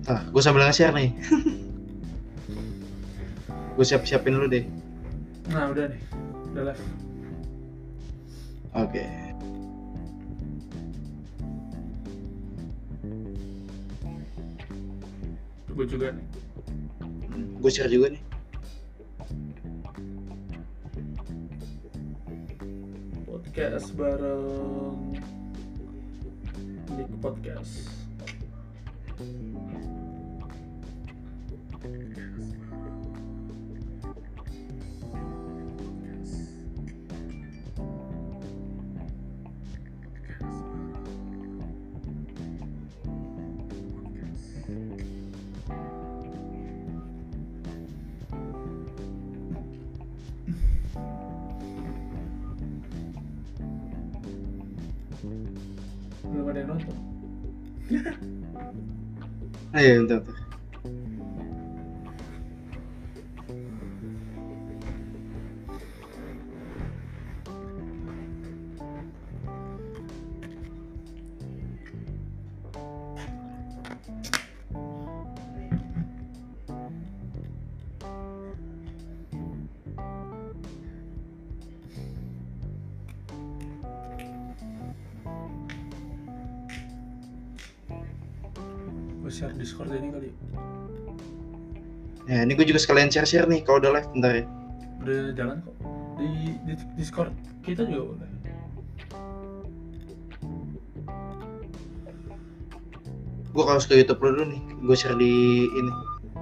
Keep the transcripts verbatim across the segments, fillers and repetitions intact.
Ah, gue sambil nge-share nih. Gue siap-siapin dulu deh. Nah udah nih, udah live. Oke. Gue juga nih. Gue share juga nih. Podcast bareng Nick Podcast. Belum ada yang nonton. Ayo, bentar, bentar. Gue share Discord ini kali. Ya, ini gue juga sekalian share-share nih kalau udah live, bentar ya. Udah jalan kok. Di, di Discord kita juga boleh. Gue harus ke YouTube dulu nih. Gue share di ini.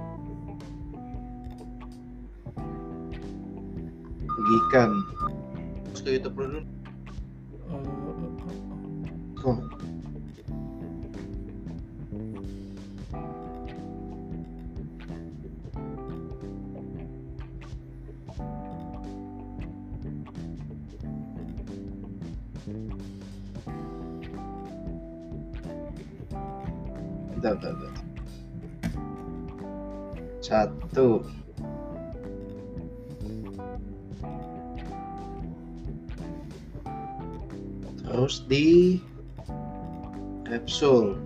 Bagikan. Harus ke YouTube dulu. Uh, uh, uh, uh. Kok? Bentar, bentar, bentar. Satu. Terus di Repsol.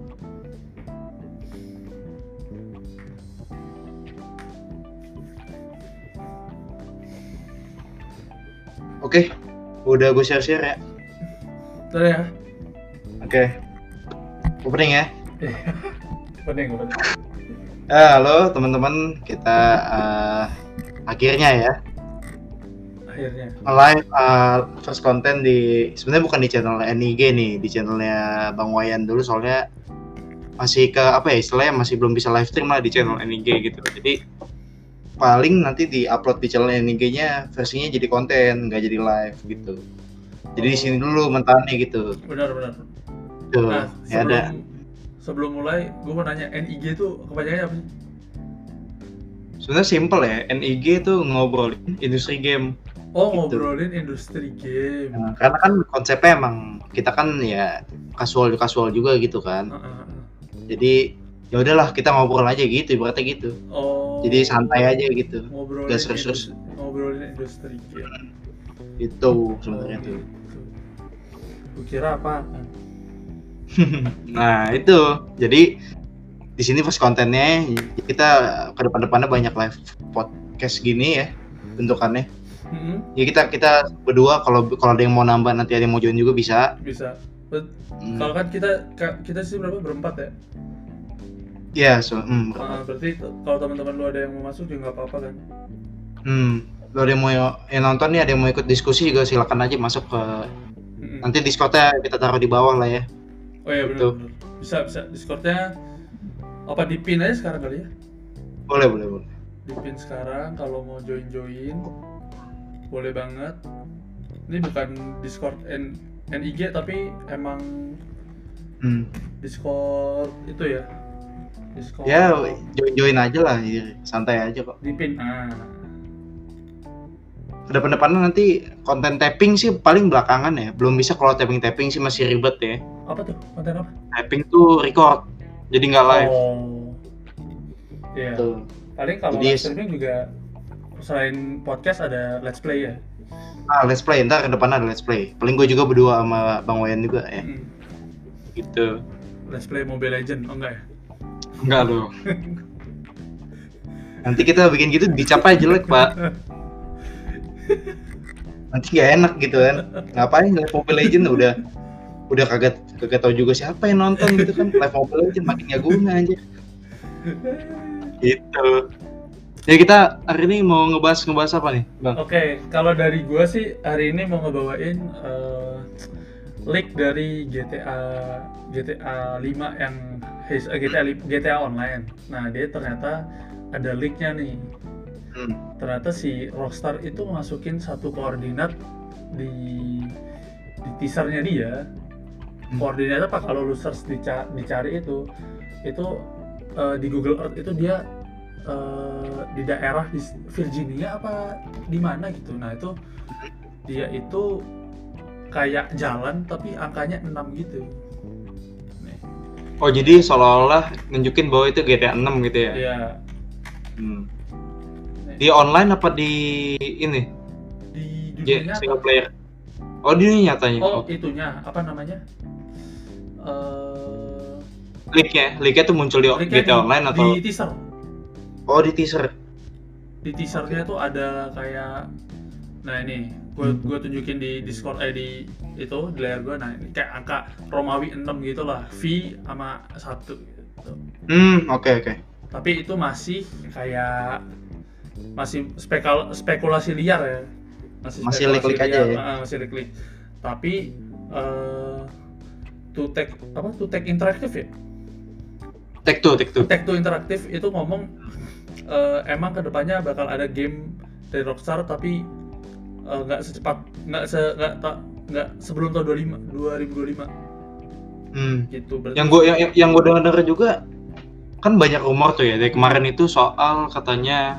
Oke, udah gue share-share ya. Bentar ya. Oke. Opening ya. Pening, pening. Eh, halo teman-teman, kita uh, akhirnya ya Akhirnya. live uh, first content di, sebenarnya bukan di channel N I G nih, di channelnya Bang Wayan dulu, soalnya masih ke apa ya istilahnya masih belum bisa live stream lah di channel N I G gitu. Jadi paling nanti di upload di channel N I G-nya versinya jadi konten, nggak jadi live gitu. Jadi di sini dulu mentalnya gitu. Benar, benar. Tuh, Nah, ya sebelum, ada. sebelum mulai, gue mau nanya N I G itu kepanjangannya apa sih? Sebenarnya simple ya, N I G itu ngobrolin industri game. Oh, Gitu. ngobrolin industri game. Nah, karena kan konsepnya emang kita kan ya kasual kasual juga gitu kan. Uh, uh, uh. Jadi ya udahlah kita ngobrol aja gitu, ibaratnya gitu. Oh. Jadi santai aja gitu. Ngobrolin Gak serius-serius. industri, ngobrolin industri game. Itu sebenarnya Oh, tuh. gitu. Gue kira apa? Nah itu, jadi di sini pas kontennya kita ke depan-depannya banyak live podcast gini ya bentukannya. Mm-hmm. Ya kita kita berdua kalau kalau ada yang mau nambah nanti ada yang mau join juga bisa. Bisa. But, Hmm. Kalau kan kita kita sih berapa berempat ya? Ya, so, hmm, Uh, berarti t- kalau teman-teman lu ada yang mau masuk juga nggak apa-apa kan? hmm. Kalau ada yang mau yang nonton nih, ada yang mau ikut diskusi juga silakan aja masuk ke Mm-mm. nanti Discord-nya kita taruh di bawah lah ya. Oh iya Gitu. benar. Bisa bisa Discord-nya apa di pin aja sekarang kali ya? Boleh, boleh, boleh. Di pin sekarang kalau mau join-join boleh banget. Ini bukan Discord N NIG tapi emang Hmm. Discord itu ya. Discord. Ya join-join aja lah, ya. Santai aja kok. Di pin. Ah. Kedepan-depannya nanti konten tapping sih paling belakangan ya. Belum bisa kalau tapping-tapping sih masih ribet ya. Apa tuh? Konten apa? Tapping tuh record, jadi nggak live. Oh. Iya. Tuh. Paling kalau Jadi- live streaming juga selain podcast ada let's play ya. Ah, let's play, ntar kedepannya ada let's play. Paling gue juga berdua sama Bang Wayan juga ya. Mm. Gitu. Let's play Mobile Legend, oh enggak ya? Enggak loh. Nanti kita bikin gitu dicap aja jelek, Pak. Nanti nggak enak gitu kan. Ngapain live Mobile Legends udah udah kagak kagak tahu juga siapa yang nonton gitu kan. Live Mobile Legends makin nggak guna aja. Gitu. Jadi kita hari ini mau ngebahas ngebahas apa nih, Bang? Oke, okay, kalau dari gua sih hari ini mau ngebawain uh, leak dari G T A G T A lima yang G T A G T A Online. Nah, dia ternyata ada leaknya nih. Hmm. Ternyata si Rockstar itu masukin satu koordinat di di teasernya dia. Hmm. Koordinatnya apa kalau lu search dica- dicari itu itu uh, di Google Earth itu dia uh, di daerah di Virginia apa di mana gitu. Nah, itu dia itu kayak jalan tapi angkanya enam gitu. Nih. Oh, jadi seolah-olah nunjukin bahwa itu G T A enam gitu ya? Iya. Hmm. Di online apa di ini? Di dunia single player. Oh, di dunia nyatanya. Oh, okay. Itunya apa namanya? Uh... Leak-nya, leak-nya tuh muncul di G T A Online atau di teaser? Oh, di teaser. Di teasernya tuh ada kayak, nah ini, gue gue tunjukin di Discord, eh di itu di layar gue, nah ini kayak angka Romawi enam gitulah, V sama satu gitu. Hmm, oke okay, oke. Okay. Tapi itu masih kayak masih spekul spekulasi liar ya, masih masih klik-klik aja ya. Uh, masih klik-klik. Tapi uh, to take apa to take interaktif ya? Take two, take two. Take two interaktif itu ngomong uh, emang kedepannya bakal ada game dari Rockstar tapi nggak uh, secepat nggak se nggak tak nggak sebelum tahun dua ribu dua puluh lima. Hmm. Gitu. Berarti yang gue yang yang gue dengar juga kan banyak rumor tuh ya dari kemarin itu soal katanya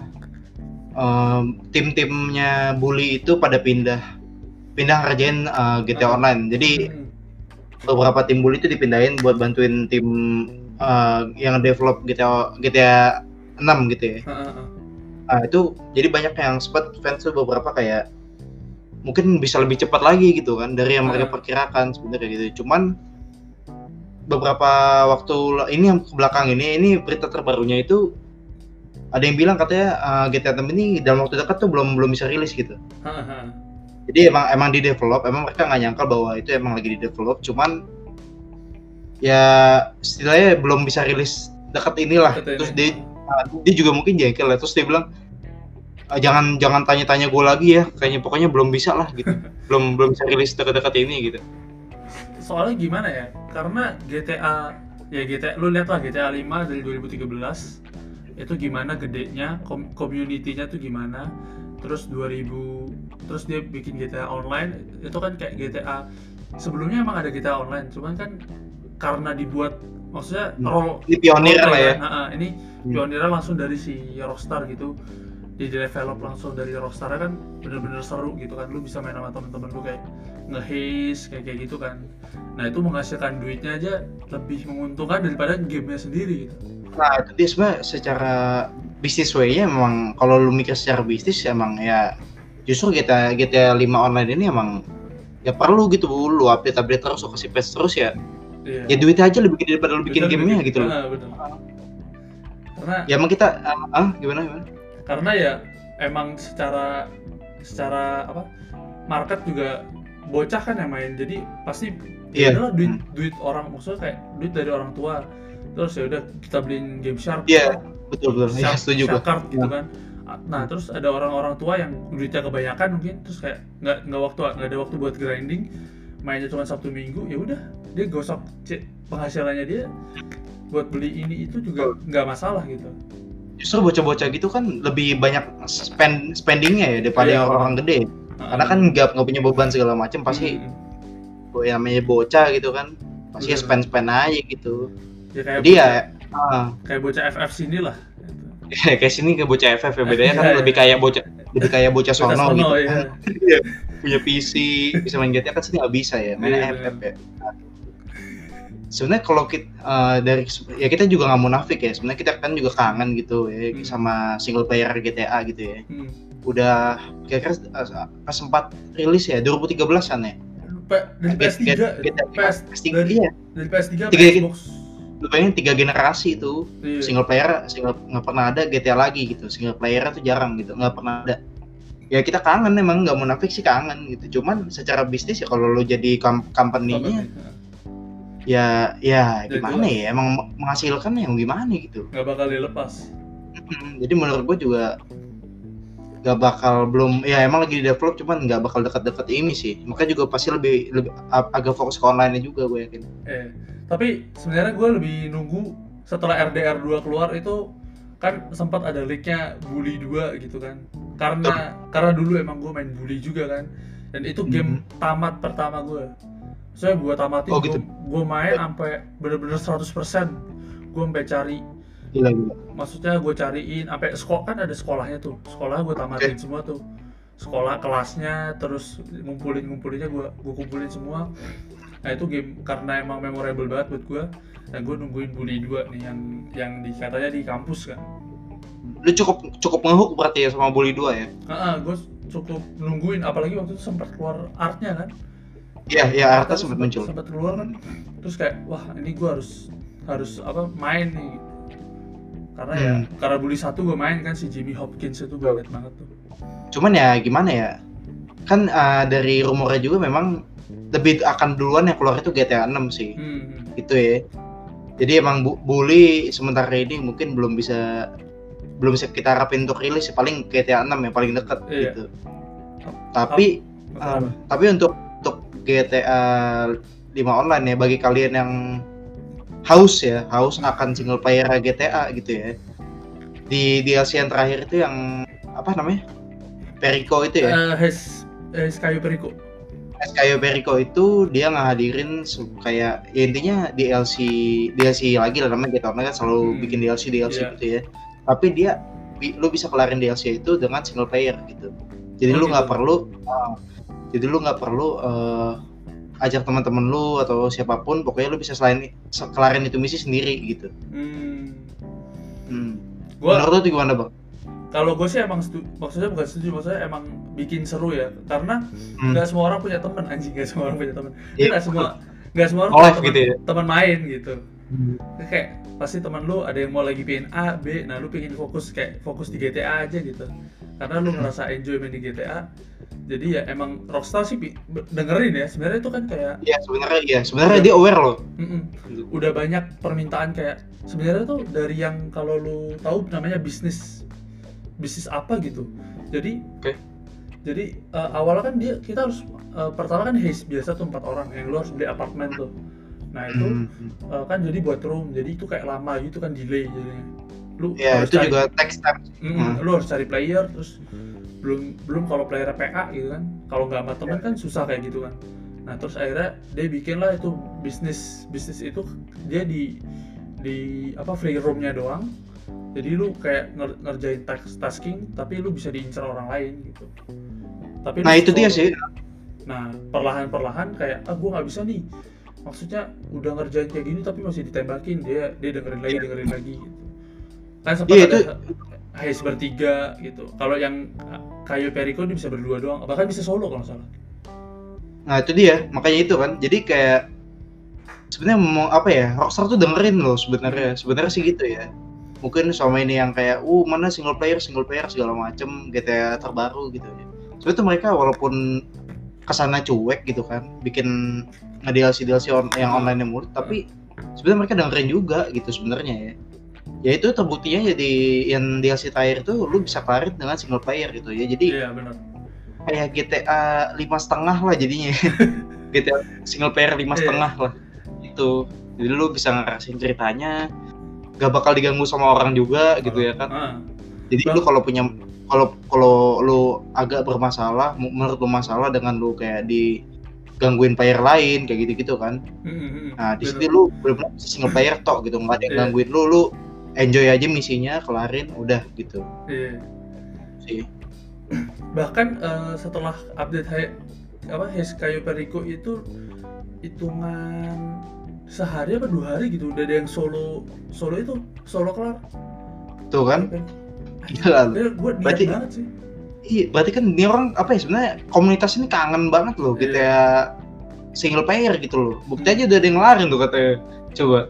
um, tim-timnya Bully itu pada pindah pindah ngerjain uh, G T A uh. Online. Jadi hmm. beberapa tim Bully itu dipindahin buat bantuin tim uh, yang develop G T A G T A enam gitu ya. Uh, uh, uh. Nah, itu jadi banyak yang sempat fans tuh beberapa kayak mungkin bisa lebih cepat lagi gitu kan dari yang mereka perkirakan sebenarnya gitu. Cuman beberapa waktu ini yang ke belakang ini ini berita terbarunya itu ada yang bilang katanya uh, G T A enam ini dalam waktu dekat tuh belum belum bisa rilis gitu. Uh-huh. Jadi emang emang di develop, emang mereka nggak nyangka bahwa itu emang lagi di develop, cuman ya setidaknya belum bisa rilis dekat inilah. Betul. Terus dia uh, dia juga mungkin jengkel lah. Terus dia bilang uh, jangan jangan tanya-tanya gue lagi ya, kayaknya pokoknya belum bisa lah gitu. belum belum bisa rilis dekat-dekat ini gitu. Soalnya gimana ya, karena G T A ya G T A, lu lihat lah G T A lima dari dua ribu tiga belas itu gimana gedenya, kom- community-nya tuh gimana, terus dua ribu terus dia bikin G T A Online itu kan kayak G T A sebelumnya emang ada G T A Online, cuman kan karena dibuat maksudnya role ini pionir lah ya, nah, ini hmm. pionirnya langsung dari si Rockstar gitu, di develop langsung dari Rockstar kan bener-bener seru gitu kan, lu bisa main sama temen-temen lu kayak nge-haze kayak kayak gitu kan. Nah itu menghasilkan duitnya aja lebih menguntungkan daripada gamenya sendiri gitu. Nah itu dia sebenarnya secara bisnis way-nya memang kalau lu mikir secara bisnis emang ya justru G T A G T A lima Online ini emang ya perlu gitu, lu update-update terus, lu kasih patch terus ya. Iya. Ya duitnya aja lebih gede daripada lu bikin betul, gamenya gitu loh. Nah, betul. Karena ya emang kita ah, ah gimana gimana? Karena ya emang secara secara apa market juga bocah kan yang main, jadi pasti ya adalah duit hmm. duit orang, maksudnya kayak duit dari orang tua, terus ya udah kita beliin game Shark, iya yeah, betul betul, ya setuju gue gitu kan. Nah terus ada orang-orang tua yang duitnya kebanyakan mungkin, terus kayak nggak nggak waktu nggak ada waktu buat grinding, mainnya cuma Sabtu Minggu, ya udah dia gosok penghasilannya dia buat beli ini itu juga nggak masalah gitu. Justru bocah-bocah gitu kan lebih banyak spend spendingnya ya daripada yeah, orang gede. Karena kan nggak nggak punya beban segala macam, pasti hmm. yang namanya bocah gitu kan pasti spend spend aja gitu. Ya, kayak jadi bocah, ya uh, kayak bocah F F sini lah. Kayak sini ke bocah F F ya, bedanya kan lebih kayak bocah lebih kayak bocah sono, sono gitu iya. kan. Punya P C bisa main G T A, kan sini nggak bisa ya main yeah, F F ya. Sebenarnya kalau kita uh, dari ya kita juga nggak munafik ya, sebenarnya kita kan juga kangen gitu ya hmm. sama single player G T A gitu ya. Hmm. Udah kira-kira uh, pas sempat rilis ya dua ribu tiga belas kan ya. Dari P S tiga, P S tiga dari, iya. dari P S tiga, tiga, Xbox. Lu bayangin tiga generasi itu Iya. single player single nggak pernah ada G T A lagi gitu, single player tuh jarang gitu, nggak pernah ada. Ya kita kangen emang, nggak munafik sih kangen gitu, cuman secara bisnis ya kalau lu jadi com- company-nya Company. ya ya Jadi gimana ya, emang menghasilkan ya gimana gitu. nggak bakal dilepas. Hmm, jadi menurut gue juga nggak bakal belum ya emang lagi di develop, cuman nggak bakal dekat-dekat ini sih, makanya juga pasti lebih lebih ag- agak fokus ke online juga gue yakin. Eh, tapi sebenarnya gue lebih nunggu setelah R D R dua keluar itu kan sempat ada leaknya Bully dua gitu kan. Karena karena dulu emang gue main Bully juga kan. Dan itu game tamat pertama gue. Saya gue tamatin, Oh, gitu. gue main sampai bener-bener seratus persen. Gue sampai cari, Gila gila. maksudnya gue cariin sampai sekolah, kan ada sekolahnya tuh. Sekolah gue tamatin semua tuh. Sekolah kelasnya, terus ngumpulin ngumpulinnya gue gue kumpulin semua. Nah itu game karena emang memorable banget buat gue, dan gue nungguin Bully dua nih yang yang di, katanya di kampus kan. Lu cukup cukup ngehook berarti ya sama Bully dua ya? Heeh, gue cukup nungguin, apalagi waktu itu sempat keluar artnya kan. Iya, iya artnya sempat muncul. Sempat keluar kan. Terus kayak wah ini gue harus harus apa main nih. Karena ya Hmm. karena Bully satu gue main kan, si Jimmy Hopkins itu gue liat banget tuh. Cuman ya gimana ya? Kan uh, dari rumornya juga memang lebih akan duluan yang keluar itu G T A enam sih. Hmm. Gitu ya. Jadi emang bu- Bully sementara ini mungkin belum bisa belum bisa kita harapin untuk rilis, paling G T A enam yang paling dekat Iya. gitu. Tapi Masalah. um, tapi untuk untuk G T A lima online ya, bagi kalian yang haus ya, haus akan single player G T A gitu ya. Di D L C yang terakhir itu yang apa namanya? Perico itu ya. Eh, Hes Hes Kayu Perico. Kayo Perico itu dia ngehadirin se- kayak ya intinya D L C D L C lagi lah, namanya G T A Online kan selalu Hmm. bikin D L C D L C Iya. gitu ya. Tapi dia bi- lu bisa kelarin D L C itu dengan single player gitu. Jadi Oh, lu nggak gitu. perlu uh, jadi lu nggak perlu uh, ajak teman-teman lu atau siapapun, pokoknya lu bisa selain se- kelarin itu misi sendiri gitu. Hmm. Hmm. Gua Menurut lu tuh gimana bang? kalau gue sih emang setuju, maksudnya bukan setuju, maksudnya emang bikin seru ya, karena Hmm. nggak semua orang punya teman, anjing, nggak semua orang punya teman, Iya, nggak semua nggak semua orang Oh, punya teman, gitu ya? teman main gitu. Hmm. Kayak pasti teman lu ada yang mau lagi pengen A, B, nah lu pengen fokus kayak fokus di G T A aja gitu, karena lu ngerasa enjoy main di G T A. Jadi ya emang Rockstar sih bi- dengerin ya, sebenarnya itu kan kayak Iya sebenarnya iya sebenarnya dia aware loh. mm-mm, udah banyak permintaan kayak sebenarnya tuh dari yang kalau lu tahu namanya bisnis bisnis apa gitu. Jadi Oke. jadi uh, awalnya kan dia kita harus uh, pertama kan haze biasa tuh empat orang yang lu harus beli apartemen tuh. Nah itu Hmm. uh, kan jadi buat room, jadi itu kayak lama gitu kan, delay jadinya. Lu Ya harus itu cari, juga text time. mm, Hmm. lu harus cari player, terus belum belum kalau player P A gitu kan, kalau nggak sama temen kan susah kayak gitu kan. Nah terus akhirnya dia bikin lah itu bisnis bisnis itu, dia di di apa free roomnya doang. Jadi lu kayak nger- ngerjain task tasking, tapi lu bisa diincar orang lain gitu. Tapi lu Nah itu dia solo. sih. Nah perlahan-perlahan kayak ah gua nggak bisa nih. Maksudnya udah ngerjain kayak gini tapi masih ditembakin, dia dia dengerin lagi dengerin lagi gitu. Kan sempat Iya, ada itu- Haze bertiga gitu. Kalau yang Kayo Perico dia bisa berdua doang, bahkan bisa solo kalau nggak salah. Nah itu dia, makanya itu kan. Jadi kayak sebenarnya mau apa ya? Rockstar tuh dengerin loh sebenarnya. Sebenarnya sih gitu ya. Mungkin selama ini yang kayak, uh mana single player, single player segala macem G T A terbaru gitu ya. Sebenarnya tuh mereka walaupun kesana cuek gitu kan, bikin nge-D L C D L C on, yang online mulu, tapi sebenarnya mereka dengerin juga gitu sebenarnya ya. Ya itu terbuktinya jadi yang D L C terakhir itu lu bisa kelarin dengan single player gitu ya. Jadi Iya benar. kayak G T A lima setengah lah jadinya. G T A single player lima Iya. setengah lah itu. Jadi lu bisa ngerasain ceritanya, gak bakal diganggu sama orang juga gitu ya kan. Ah. Jadi Bang. lu kalau punya kalau kalau lu agak bermasalah, mu- menurut lu masalah dengan lu kayak digangguin player lain kayak gitu-gitu kan. Mm-mm. Nah di Bener. situ lu benar-benar bisa single player tok gitu, nggak ada yang Iya. gangguin lu, lu enjoy aja misinya, kelarin udah gitu Iya. sih. Bahkan eh, setelah update Hay- apa Haze Kayo Perico itu hitungan sehari apa dua hari gitu udah ada yang solo solo itu solo kelar. Tuh kan. Gila lu. Gue niat Berarti- banget sih. Iya, berarti kan ini orang apa ya sebenarnya komunitas ini kangen banget loh G T A single player gitu loh. Bukti aja udah ada yang ngelarin tuh katanya. Coba.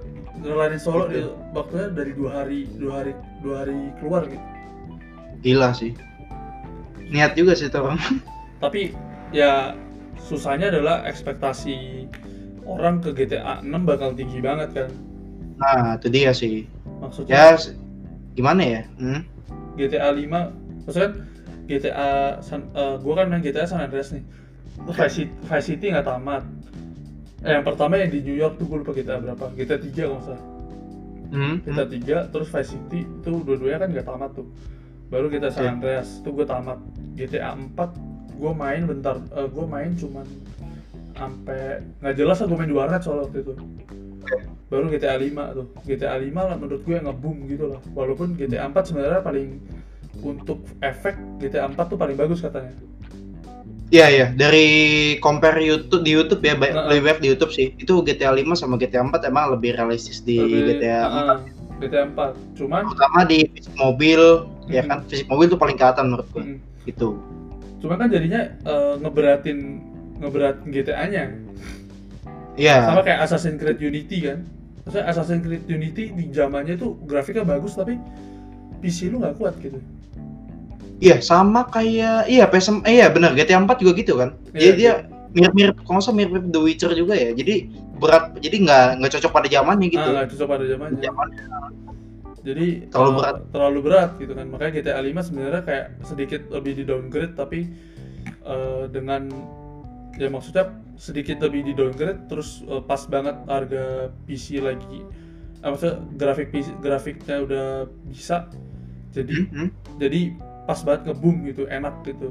ngelarin solo Gitu. di waktunya dari dua hari dua hari dua hari keluar gitu. Gila sih. Niat juga sih tuh orang. Tapi ya susahnya adalah ekspektasi orang ke G T A enam bakal tinggi banget kan. Nah, itu dia sih. Maksudnya Ya gimana ya? Hmm? G T A lima, maksudnya G T A San, uh, gue kan main G T A San Andreas nih. Terus Vice City, Vice City nggak tamat. Eh, yang pertama yang di New York tuh gue lupa G T A berapa. G T A tiga kalau nggak salah. Hmm? G T A tiga, terus Vice City itu dua-duanya kan nggak tamat tuh. Baru G T A San Oke. Andreas itu gue tamat. G T A empat gue main bentar, uh, gue main cuman sampai nggak jelas lah, gue main dua red soal waktu itu. Baru G T A lima tuh. G T A lima lah menurut gue nge-boom gitu loh. Walaupun G T A empat sebenarnya paling untuk efek G T A empat tuh paling bagus katanya. Iya iya, dari compare YouTube di YouTube ya, ba- Nah, lebih banyak di YouTube sih. Itu G T A lima sama G T A empat emang lebih realistis di lebih, G T A empat. uh, G T A empat. Cuman Terutama di fisik mobil, ya Mm-mm. kan, fisik mobil tuh paling kelihatan menurut gue. mm, Gitu. cuman kan jadinya uh, ngeberatin ngeberatin G T A-nya. Iya. Sama kayak Assassin's Creed Unity kan. Maksudnya Assassin's Creed Unity di zamannya tuh grafiknya bagus tapi P C lu nggak kuat gitu. Iya, sama kayak iya P S M, eh, iya benar G T A empat juga gitu kan. Jadi Iya, dia mirip-mirip, kalau nggak salah mirip-mirip The Witcher juga ya. Jadi berat, jadi nggak nggak cocok pada zamannya gitu. Ah, nggak cocok pada zamannya. Zamannya. Jadi Terlalu uh, berat. terlalu berat gitu kan. Makanya G T A lima sebenarnya kayak sedikit lebih di downgrade tapi uh, dengan ya maksudnya sedikit lebih di downgrade terus uh, pas banget harga P C lagi. Ah, maksudnya grafik P C, grafiknya udah bisa. Jadi Hmm, hmm. jadi pas banget nge-boom gitu, enak gitu.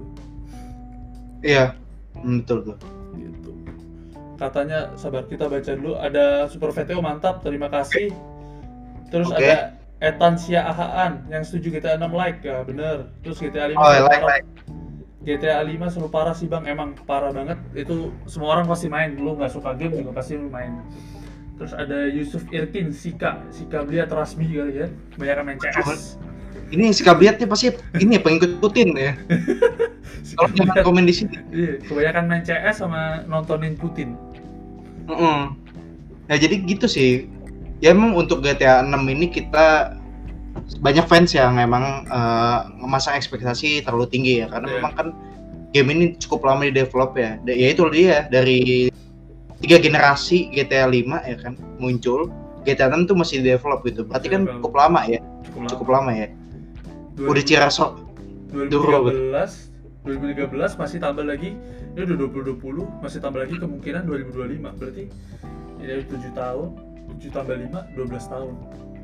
Iya, hmm, betul tuh. Gitu. Katanya sabar kita baca dulu, ada Super V T O mantap, terima kasih. Terus Oke. ada Etansia Ahaan yang setuju G T A enam like, ya bener. Terus G T A lima Oh, seru like parah. like. G T A lima seru parah sih bang, emang parah banget. Itu semua orang pasti main, lu nggak suka game juga pasti lu main. Terus ada Yusuf Irkin, Sika, Sika Blia Trasmi kali ya, kebanyakan main C S. Ini si Kabiat nih pasti ini pengikut Putin ya. Kalau jangan komen di sini. Iya, kebanyakan main C S sama nontonin Putin. Mm-mm. Ya jadi gitu sih. Ya emang untuk G T A enam ini kita banyak fans yang memang uh, memasang ekspektasi terlalu tinggi ya, karena Yeah. memang kan game ini cukup lama di develop ya. Da- Ya itu dia dari tiga generasi G T A lima ya kan muncul. G T A enam tuh masih di develop gitu. Berarti kan Develop. cukup lama ya. Cukup lama. Cukup lama ya. Udah Ciraso dua ribu tiga belas dua ribu tiga belas masih tambah lagi, ini udah dua ribu dua puluh masih tambah lagi kemungkinan dua ribu dua puluh lima, berarti ini tujuh tahun, tujuh tambah lima, dua belas tahun.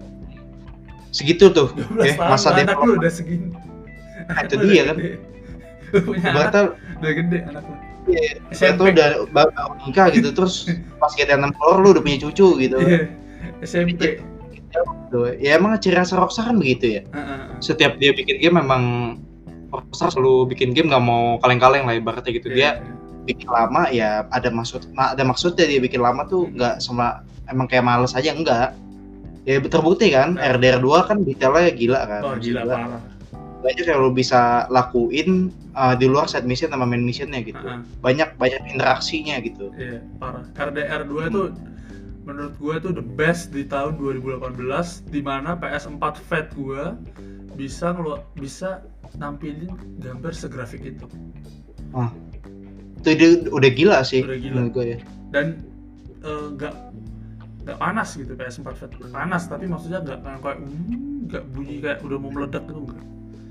segitu tuh. dua belas Ya, tahun masa anak lu develop. udah segini. Nah, itu Lu dia udah kan. gede. Lu punya anak Berarti udah gede anak lu. Iya, S saya M P. tuh udah baru nikah gitu, terus pas G T A enam keluar lu udah punya cucu gitu. Iya. S M P. Tuh, ya emang ciri khas Rockstar kan begitu ya. Heeh. Setiap dia bikin game memang Rockstar selalu bikin game nggak mau kaleng-kaleng lah ibaratnya gitu. Dia bikin lama ya ada maksud, nah, ada maksudnya dia bikin lama tuh nggak sama emang kayak males aja, enggak. Ya terbukti kan, Nah. R D R dua kan detailnya gila kan. Oh gila parah. Banyak yang lu bisa lakuin uh, di luar side mission sama main missionnya gitu. Heeh. Banyak banyak interaksinya gitu. Iya, parah. R D R dua itu menurut gue tuh the best di tahun dua ribu delapan belas, di mana P S empat Fat gue bisa ngelu- bisa nampilin gambar segrafik itu. Wah. Itu dia udah gila sih Udah gila. menurut gue ya. Dan nggak uh, nggak panas gitu P S empat Fat. Panas tapi maksudnya nggak kayak hmm, nggak bunyi kayak udah mau meledak gitu enggak.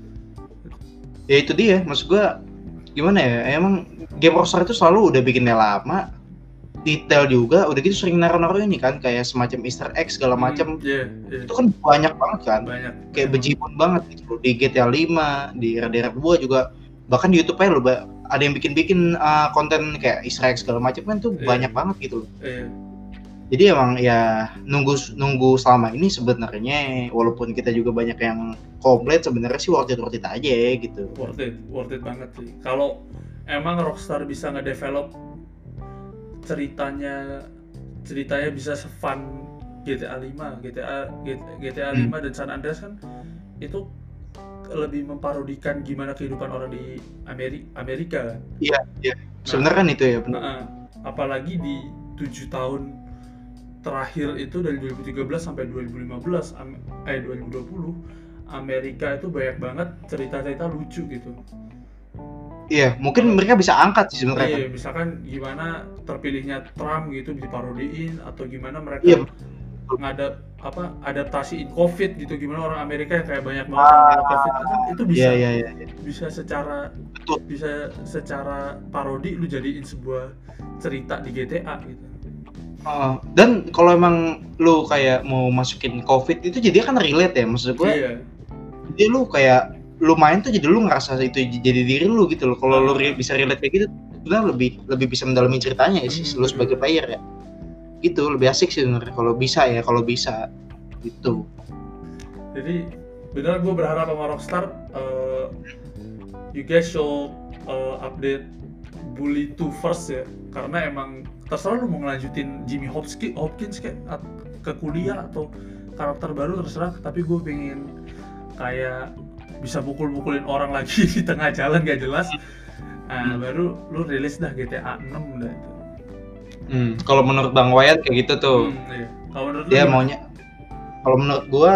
Ya itu dia, maksud gua gimana ya, emang game Rockstar itu selalu udah bikinnya lama, detail juga, udah gitu sering naruh-naruh ini kan kayak semacam Easter egg segala macam. Iya, iya. Itu kan banyak banget kan, Banyak. kayak bejibun banget gitu. Di G T A lima, di R D R dua juga, bahkan di YouTube aja lo ada yang bikin-bikin uh, konten kayak Easter egg segala macam kan tuh Iya. banyak banget gitu loh. Iya. Jadi emang ya nunggu nunggu selama ini sebenarnya walaupun kita juga banyak yang komplain, sebenarnya sih worth it worth it aja gitu. Worth it, worth it banget sih. Kalau emang Rockstar bisa ngedevelop ceritanya, ceritanya bisa se-fun G T A lima, G T A G T A Hmm. lima dan San Andreas kan itu lebih memparodikan gimana kehidupan orang di Ameri- Amerika kan. Iya, iya. Sebenarnya kan itu ya benar. Nah, apalagi di tujuh tahun terakhir itu dari dua ribu tiga belas sampai dua ribu lima belas Am- eh dua ribu dua puluh Amerika itu banyak banget cerita-cerita lucu gitu. Iya, mungkin mereka bisa angkat sih sebenarnya kan. Iya, misalkan gimana terpilihnya Trump gitu diparodiin, atau gimana Iya, mereka ngadap apa adaptasiin COVID gitu, gimana orang Amerika yang kayak banyak banget yang kena COVID itu kan, itu bisa iya iya iya. iya. bisa secara Betul. bisa secara parodi lu jadiin sebuah cerita di G T A gitu. Uh, dan kalau emang lu kayak mau masukin COVID itu jadi kan relate ya, maksud gue. Iya. Jadi lu kayak lu main tuh jadi lu ngerasa itu jadi diri lu gitu loh. Kalau lu re- bisa relate kayak gitu, sebenarnya lebih lebih bisa mendalami ceritanya ya sih, Hmm, lu sebagai player ya. Gitu lebih asik sih sebenarnya kalau bisa ya, kalau bisa gitu. Jadi benar gue berharap sama Rockstar, uh, you guys should uh, update Bully two first ya, karena emang terserah lu mau ngelanjutin Jimmy Hopkins, Hopkins kayak at- ke kuliah atau karakter baru terserah, tapi gue pengen kayak bisa pukul-pukulin orang lagi di tengah jalan gak jelas. Nah, Hmm. baru lu rilis dah G T A enam dah itu. Hmm, kalau menurut Bang Wayan kayak gitu tuh. Hmm, iya. Kalau menurut lu Dia gimana? maunya, kalau menurut gua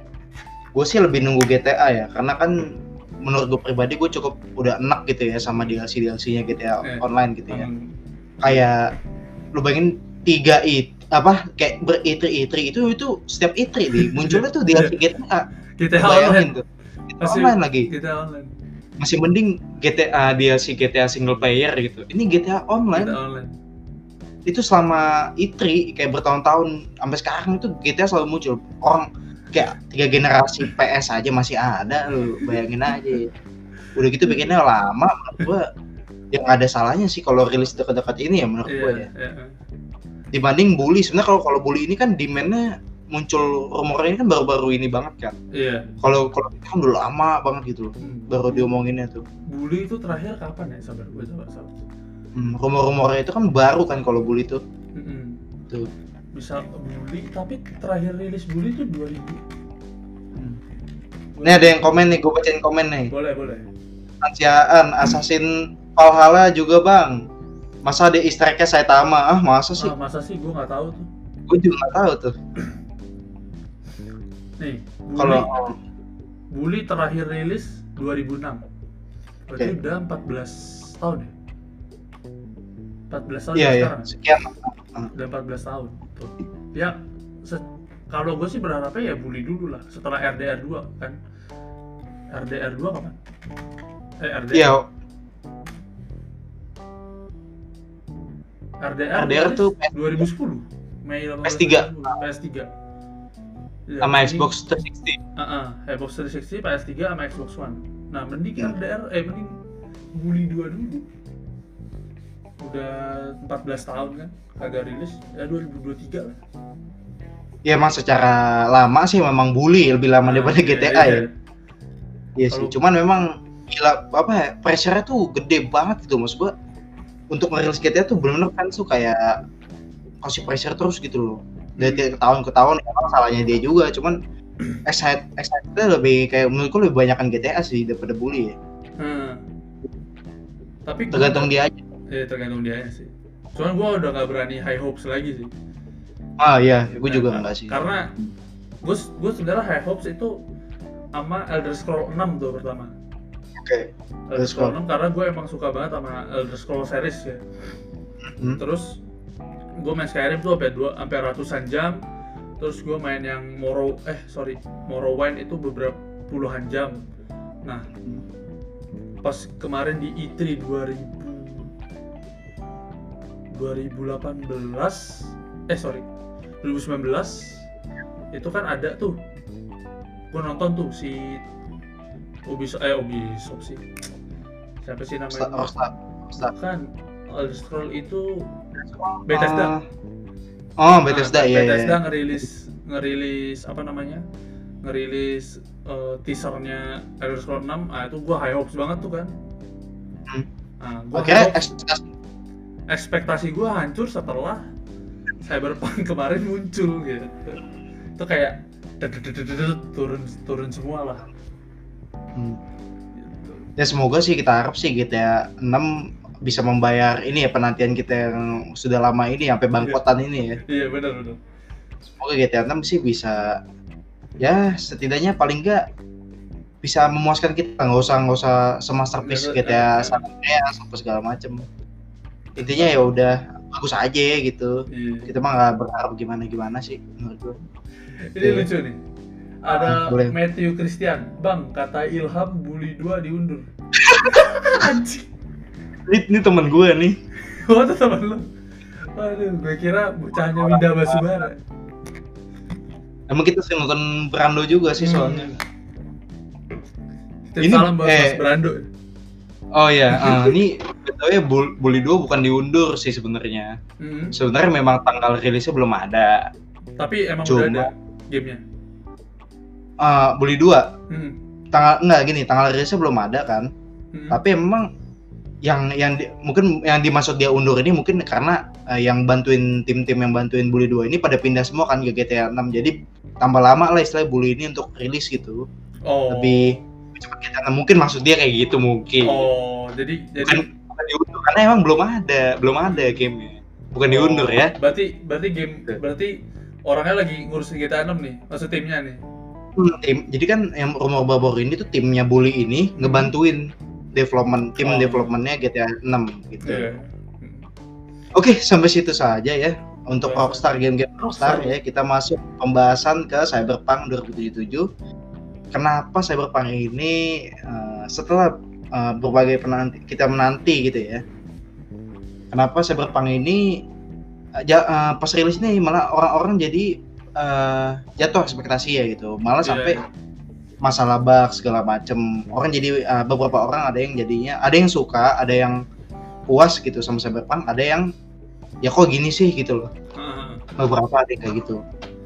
gue sih lebih nunggu G T A ya, karena kan menurut gue pribadi gue cukup udah enak gitu ya sama D L C D L C-nya G T A Eh, Online gitu ya. Hmm, Kayak lu bayangin tiga i apa kayak ber E tiga E tiga itu itu setiap E tiga nih munculnya tuh D L C G T A. G T A Bayangin Online tuh. G T A Masih- Online lagi. G T A Online Masih mending G T A D L C G T A single player gitu. Ini G T A G T Online A Online itu selama E tiga kayak bertahun-tahun sampai sekarang itu G T A selalu muncul. Orang kayak tiga generasi P S aja masih ada, lu bayangin aja. Udah gitu bikinnya lama, menurut gua ya nggak ada salahnya sih kalau rilis dekat-dekat ini ya menurut iya, gua ya. iya. Dibanding Bully, sebenarnya kalau kalau Bully ini kan demand-nya muncul rumornya ini kan baru-baru ini banget kan. Iya. Kalau kalau itu kan udah lama banget gitu loh, Hmm. baru diomonginnya tuh. Bully itu terakhir kapan ya? Sabar gue coba sabar. Hmm, rumor-rumornya itu kan baru kan kalau Bully tuh. Mm-mm. Tuh. Bisa Bully, tapi terakhir rilis Bully itu dua ribu. Hmm. Ini ada yang komen nih, gue bacain komen nih. Boleh, boleh. Ansiaan, Assassin Valhalla juga bang. Masa ada easter egg-nya Saitama? Ah masa sih? Ah, masa sih gue nggak tahu tuh. Gue juga nggak tahu tuh. Nih, Bully, Kalau Bully terakhir rilis dua ribu enam. Berarti Oke. udah empat belas tahun ya? empat belas tahun iya ya ya sekarang. sekian. Udah empat belas tahun. Tuh. Ya, se- kalau gue sih berharapnya ya Bully dulu lah, setelah R D R dua kan. R D R dua kapan? Eh, R D R. Iya, R D R, R D R tuh dua ribu sepuluh. Mei delapan belas P S tiga. P S tiga. Ya, sama mending- Xbox tiga ratus enam puluh. Heeh, Xbox tiga ratus enam puluh, P S tiga sama Xbox One. Nah, mending Hmm. R D R eh mending Bully dua dulu. Udah empat belas tahun kan kagak rilis. Ya dua ribu dua puluh tiga lah. Ya emang secara lama sih memang Bully lebih lama Nah, daripada iya, G T A iya. ya. Iya sih, Kalau- cuman memang gila apa ya, pressure-nya tuh gede banget gitu maksud gua. Untuk ngerilis G T A tuh bener-bener kan tuh kayak kasih pressure terus gitu loh. Dari Hmm. tiap tahun ke tahun emang salahnya dia juga, cuman excite excite-nya lebih kayak menurutku lebih banyakan G T A sih daripada Bully ya. Hmm. Tapi gua- Tergantung dia aja. Eh, tergantung dia sih. Cuman gua udah nggak berani high hopes lagi sih. Ah iya, gue juga Nah, enggak sih. Karena gue gue sebenarnya high hopes itu sama Elder Scrolls enam tuh pertama. Oke. Elder Scrolls Scrolls. enam karena gue emang suka banget sama Elder Scrolls series ya. Hmm. Terus gue main Skyrim tuh sampai dua sampai ratusan jam. Terus gue main yang Morrow eh sorry Morrowind itu beberapa puluhan jam. Nah pas kemarin di E tiga dua ribu dua ribu delapan belas eh sorry dua ribu sembilan belas itu kan ada tuh gue nonton tuh si Ubisoft eh Ubisoft sih siapa sih Rockstar, namanya Rockstar, Rockstar. kan Elder Scrolls itu Bethesda. Oh, Bethesda Nah, ya. Bethesda ngerilis ngerilis apa namanya ngerilis uh, teasernya Elder Scrolls enam. Ah itu gue high hopes banget tuh kan. Hmm. Nah, gua Oke, high hopes, ekspektasi ekspektasi gue hancur setelah Cyberpunk kemarin muncul gitu. Itu kayak dededededed, turun turun semua lah. Hmm. Gitu. Ya semoga sih kita harap sih G T A enam bisa membayar ini ya penantian kita yang sudah lama ini sampai bangkotan ini ya. Iya benar benar. Semoga G T A enam sih bisa ya setidaknya paling enggak bisa memuaskan kita, nggak usah nggak usah semasterpiece G T A satu ya sampai segala macem. Intinya ya udah bagus aja gitu. Iya. Kita mah nggak berharap gimana gimana sih menurut gue. Ini Iya. lucu nih. Ada Boleh. Matthew Christian, Bang, kata Ilham Bully dua diundur. Anjing. Ini, ini teman gue nih. Oh, itu teman lu. Waduh, gue kira bocahnya Winda Basubara. Emang kita sering nonton Brando juga sih soalnya. Tip salam buat Mas eh, Brando. Oh ya, uh, ini betulnya Bully dua bukan diundur sih sebenarnya. Mm-hmm. Sebenarnya memang tanggal rilisnya belum ada. Tapi emang Cuma, udah ada gamenya. Uh, Bully dua. Mm-hmm. Tanggal enggak gini, tanggal rilisnya belum ada kan. Mm-hmm. Tapi memang yang yang di, mungkin yang dimaksud dia undur ini mungkin karena uh, yang bantuin tim-tim yang bantuin Bully dua ini pada pindah semua kan ke G T A enam. Jadi tambah lama lah istilah Bully ini untuk rilis gitu. Oh. Lebih cepat G T A enam mungkin maksud dia kayak gitu mungkin. Oh, jadi jadi bukan, bukan diundur karena emang belum ada, belum ada gamenya. Bukan oh, diundur ya. Berarti berarti game berarti orangnya lagi ngurus G T A enam nih, maksud timnya nih. Hmm, tim. Jadi kan yang rumor baru ini tuh timnya Bully ini ngebantuin development tim oh. developmentnya G T A enam gitu. Yeah. Oke, sampai situ saja ya untuk yeah. Rockstar game-game Rockstar ya. Kita masuk pembahasan ke Cyberpunk dua ribu tujuh puluh tujuh. Kenapa Cyberpunk ini uh, setelah uh, berbagai penanti kita menanti gitu ya. Kenapa Cyberpunk ini uh, uh, pas rilis nih malah orang-orang jadi uh, jatuh ekspektasi ya gitu. Malah yeah. sampai masalah bug segala macem. Orang jadi uh, beberapa orang ada yang jadinya ada yang suka, ada yang puas gitu sama Cyberpunk, ada yang ya kok gini sih gitu loh. Beberapa ada yang kayak gitu.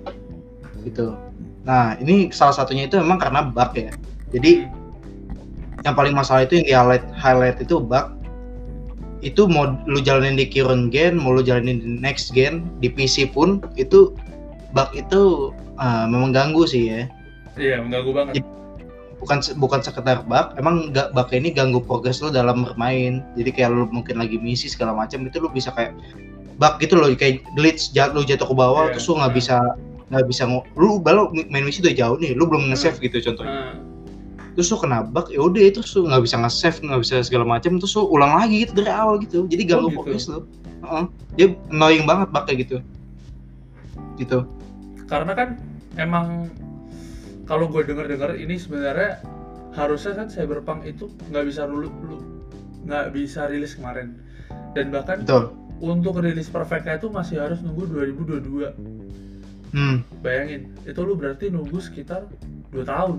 Gitu. Nah, ini salah satunya itu memang karena bug ya. Jadi yang paling masalah itu yang di highlight highlight itu bug. Itu mau lu jalanin di current gen, mau lu jalanin di next gen, di P C pun itu bug itu uh, memang ganggu sih ya. Iya, mengganggu banget. Jadi, bukan bukan sekedar bug, emang gak, bug ini ganggu progres lu dalam bermain. Jadi kayak lu mungkin lagi misi segala macam itu lu bisa kayak bug gitu loh, kayak glitch, jat, lu jatuh ke bawah yeah, terus lu nggak yeah. bisa nggak bisa lu baru main misi udah jauh nih, lu belum nge-save gitu contohnya. Hmm. Terus lu kena bug, ya udah itu lu nggak bisa nge-save, nggak bisa segala macam, terus lu ulang lagi gitu dari awal gitu. Jadi ganggu oh, gitu. Progres lu. Uh-huh. Dia annoying banget bug kayak gitu. Gitu. Karena kan emang kalau gue dengar-dengar ini sebenarnya harusnya kan Cyberpunk itu nggak bisa lu nggak bisa rilis kemarin dan bahkan betul. Untuk rilis perfectnya itu masih harus nunggu dua ribu dua puluh dua. Hmm. Bayangin itu lu berarti nunggu sekitar dua tahun.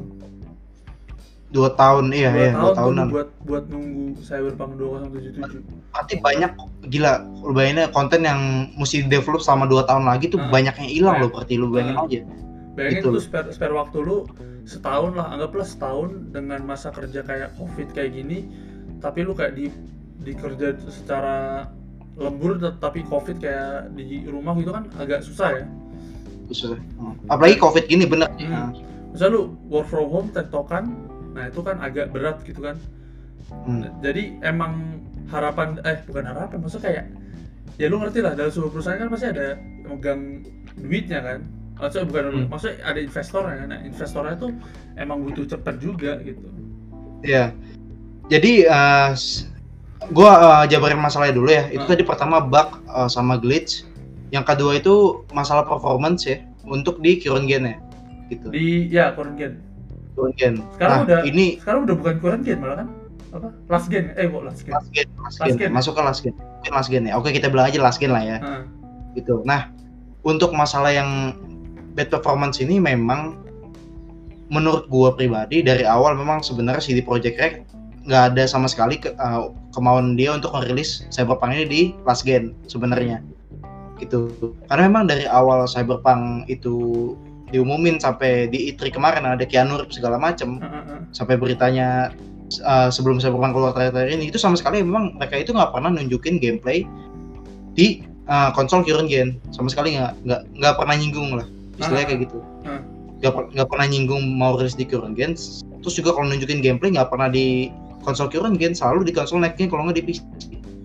Dua tahun iya dua ya dua tahunan buat buat nunggu Cyberpunk dua ribu tujuh puluh tujuh. Berarti banyak gila, lu bayangin konten yang mesti develop selama dua tahun lagi tuh uh, banyak yang hilang loh, berarti lu bayangin uh, aja. Bayangin gitu. Tuh spare, spare waktu lu setahun lah, anggaplah setahun dengan masa kerja kayak covid kayak gini, tapi lu kayak di dikerja secara lembur tapi covid kayak di rumah gitu kan agak susah ya. Susah. Hmm. Apalagi covid gini bener. Hmm. Nah. Misal lu work from home tektokan, nah itu kan agak berat gitu kan. Hmm. Jadi emang harapan eh bukan harapan, maksudnya kayak ya lu ngerti lah dalam sebuah perusahaan kan pasti ada megang duitnya kan. Maksudnya bukan, hmm. maksudnya ada investornya, nah investornya tuh emang butuh cepat juga gitu. Iya. Jadi uh, gue uh, jabarin masalahnya dulu ya. Itu hmm. tadi pertama bug uh, sama glitch. Yang kedua itu masalah performance ya untuk di current gen ya. Gitu. Di ya current gen. Current gen. Sekarang nah, udah ini sekarang udah bukan current gen malah kan? Apa? Last gen. Eh kok last gen? Last gen. Last, last gen. gen. Masuk ke last gen. Mungkin last gen ya. Oke, kita bilang aja last gen lah ya. Hmm. Gitu. Nah, untuk masalah yang bad performance ini memang menurut gua pribadi dari awal memang sebenarnya C D Projekt Red nggak ada sama sekali ke, uh, kemauan dia untuk merilis Cyberpunk ini di last gen sebenarnya gitu. Karena memang dari awal Cyberpunk itu diumumin sampai di E tiga kemarin ada Keanu Reeves segala macam, uh-huh. sampai beritanya uh, sebelum Cyberpunk keluar terakhir ini itu sama sekali memang mereka itu nggak pernah nunjukin gameplay di uh, konsol current gen, sama sekali nggak nggak nggak pernah nyinggung lah. Istilahnya kayak gitu, nggak uh. nggak pernah nyinggung mau rilis di current gen. Terus juga kalau nunjukin gameplay nggak pernah di konsol current gen, selalu di konsol next gen kalau nggak di P C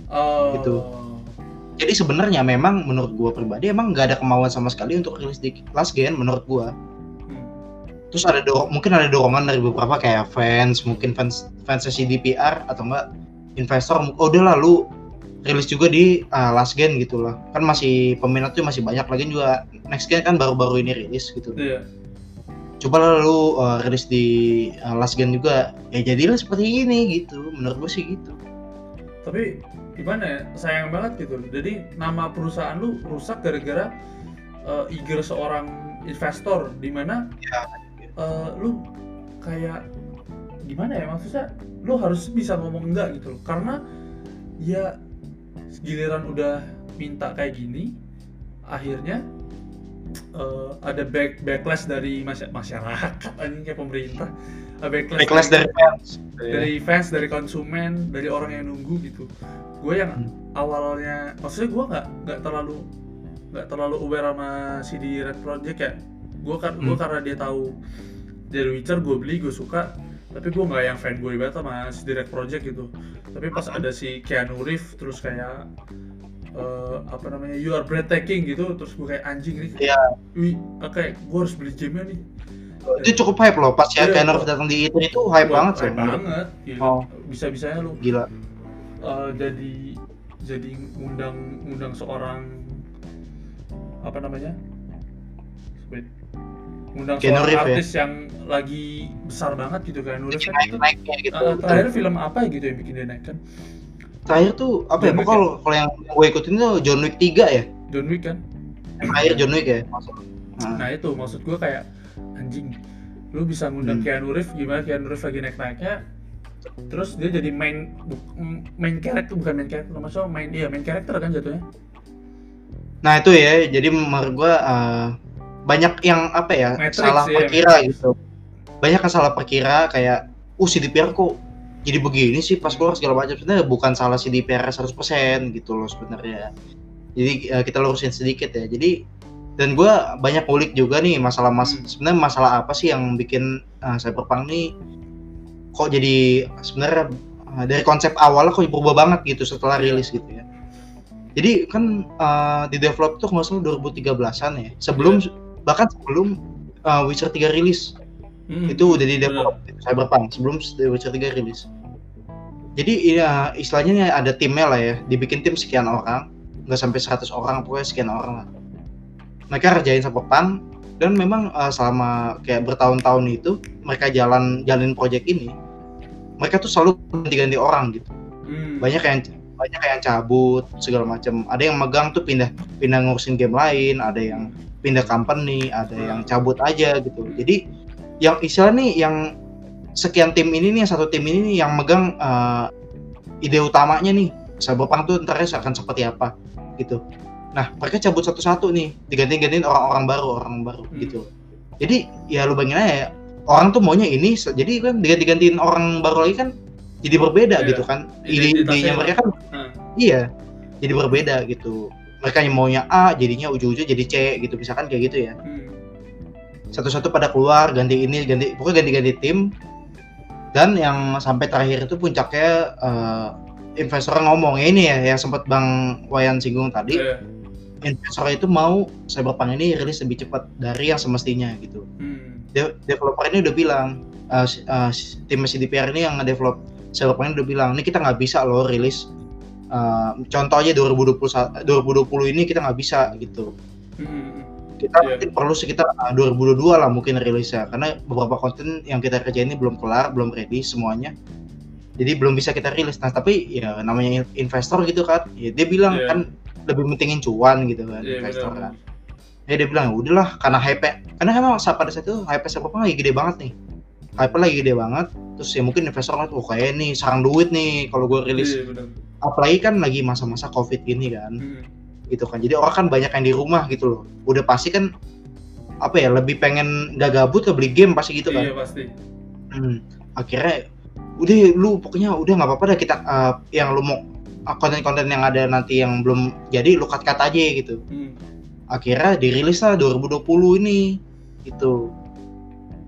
gitu. Oh. Jadi sebenarnya memang menurut gua pribadi emang nggak ada kemauan sama sekali untuk rilis di Last Gen menurut gua. Hmm. Terus ada dorong, mungkin ada dorongan dari beberapa kayak fans, mungkin fans fans C D P R atau enggak investor. Oh udah lah lu rilis juga di uh, Last Gen gitu lah. Kan masih peminatnya masih banyak lagi juga. Next Gen kan baru-baru ini rilis gitu. Iya. Coba lah lu uh, rilis di uh, Last Gen juga. Ya jadilah seperti ini gitu. Menurut gua sih gitu. Tapi gimana ya, sayang banget gitu. Jadi nama perusahaan lu rusak gara-gara uh, eager seorang investor, di mana Ya. uh, lu kayak gimana ya, maksudnya lu harus bisa ngomong enggak gitu loh. Karena ya giliran udah minta kayak gini, akhirnya uh, ada back backlash dari masy- masyarakat anjing kayak pemerintah. Uh, backlash, Backlash dari fans. dari fans, dari konsumen, dari orang yang nunggu gitu. Gue yang Hmm. awalnya, maksudnya gue nggak nggak terlalu nggak terlalu aware sama C D Red Project ya. Gue kan gue Hmm. karena dia tahu dari Witcher, gue beli, gue suka. Tapi gue nggak yang fanboy banget sama C D Red Project gitu. Tapi pas ada si Keanu Reeves terus kayak uh, apa namanya, You Are Breathtaking gitu, terus gue kayak anjing nih. Iya. Wih, kayak gue harus beli gamenya nih. Itu cukup hype loh pas ya Iya, Keanu Reeves datang di itu itu hype Wah, banget sih. hype banget. Gila. Oh. Bisa-bisanya lu Gila. uh, jadi jadi ngundang ngundang seorang apa namanya, wait, ngundang Keanu seorang Reeves, ya? artis yang lagi besar banget gitu kan. Udah kan itu Naik-naiknya gitu. uh, terakhir film apa gitu yang bikin dia naik kan? Terakhir tuh apa ya? John Wick Pokoknya kalau yang gue ikutin tuh John Wick tiga ya. John Wick kan. Terakhir John Wick ya. Nah, Nah itu maksud gue kayak anjing, lu bisa ngundang Hmm. Keanu Reeves, gimana Keanu Reeves lagi naik-naiknya, terus dia jadi main bu- main character, bukan main character, maksudnya main iya main character kan jatuhnya. nah itu ya. Jadi menurut gue uh, banyak yang apa ya? Matrix, salah ya, perkira gitu. Banyak yang salah perkira kayak, uh C D P R kok jadi begini sih pas keluar segala macam. Sebenarnya bukan salah C D P R seratus persen gitu loh sebenarnya. Jadi uh, kita lurusin sedikit ya. Jadi dan gue banyak ngulik juga nih masalah mas Hmm. sebenarnya masalah apa sih yang bikin uh, Cyberpunk nih kok jadi sebenarnya uh, dari konsep awalnya kok berubah banget gitu setelah rilis gitu ya. Jadi kan uh, di develop tuh nggak salah dua ribu tiga belasan ya, sebelum bahkan sebelum uh, Witcher tiga rilis. Hmm. Itu udah di develop Cyberpunk sebelum The Witcher tiga rilis. Jadi ya istilahnya ada timnya lah ya, dibikin tim sekian orang, nggak sampai seratus orang, pokoknya sekian orang lah. Mereka kerjain Cyberpunk dan memang uh, selama kayak bertahun-tahun itu mereka jalan jalin project ini, mereka tuh selalu ganti-ganti orang gitu. Hmm. Banyak yang banyak yang cabut segala macam. Ada yang megang tuh pindah pindah ngurusin game lain, ada yang pindah company, ada yang cabut aja gitu. Jadi yang istilah nih yang sekian tim ini nih, satu tim ini nih yang megang uh, ide utamanya nih, Cyberpunk tuh ntarnya akan seperti apa gitu. Nah mereka cabut satu-satu nih, diganti-gantiin orang-orang baru, orang baru Hmm. gitu. Jadi ya lu bayangin aja ya, orang tuh maunya ini, jadi kan diganti-gantiin orang baru lagi kan jadi berbeda Iya. gitu kan. Ide-idenya Identitasnya mereka kan Nah. iya jadi berbeda gitu. Mereka yang maunya A jadinya ujung-ujung jadi C gitu, misalkan kayak gitu ya. Hmm. Satu-satu pada keluar, ganti ini, ganti pokoknya ganti-ganti tim. Dan yang sampai terakhir itu puncaknya uh, investor ngomong ya ini ya yang sempat Bang Wayan singgung tadi. Iya. Investor itu mau Cyberpunk ini rilis lebih cepat dari yang semestinya gitu. Hmm. De- developer ini udah bilang, uh, uh, tim C D P R ini yang nge-develop Cyberpunk ini udah bilang, ini kita nggak bisa loh rilis. Uh, contoh aja dua ribu dua puluh satu, dua ribu dua puluh ini kita nggak bisa gitu. Hmm. Kita Iya. mungkin perlu sekitar uh, dua ribu dua puluh dua lah mungkin rilisnya, karena beberapa konten yang kita kerjain ini belum kelar, belum ready semuanya. Jadi belum bisa kita rilis. Nah tapi ya namanya investor gitu kan, ya dia bilang Iya. kan lebih pentingin cuan gitu kan, Iya, investor benar. kan. Ya dia bilang udahlah karena hype, karena emang saat pada saat itu hype Cyberpunk lagi gede banget nih, hype lagi gede banget. Terus ya mungkin investor kan tuh kayak nih sarang duit nih kalau gue rilis, Iya, benar. apalagi kan lagi masa-masa covid gini kan. Hmm. Gitu kan, jadi orang kan banyak yang di rumah gitu loh, udah pasti kan apa ya lebih pengen nggak gabut ke beli game pasti gitu kan. Iya pasti. Hmm, akhirnya udah lu pokoknya udah nggak apa-apa dah kita uh, yang lu mau uh, konten-konten yang ada nanti yang belum jadi lu cut-cut aja gitu. Hmm. Akhirnya dirilis lah dua ribu dua puluh ini gitu.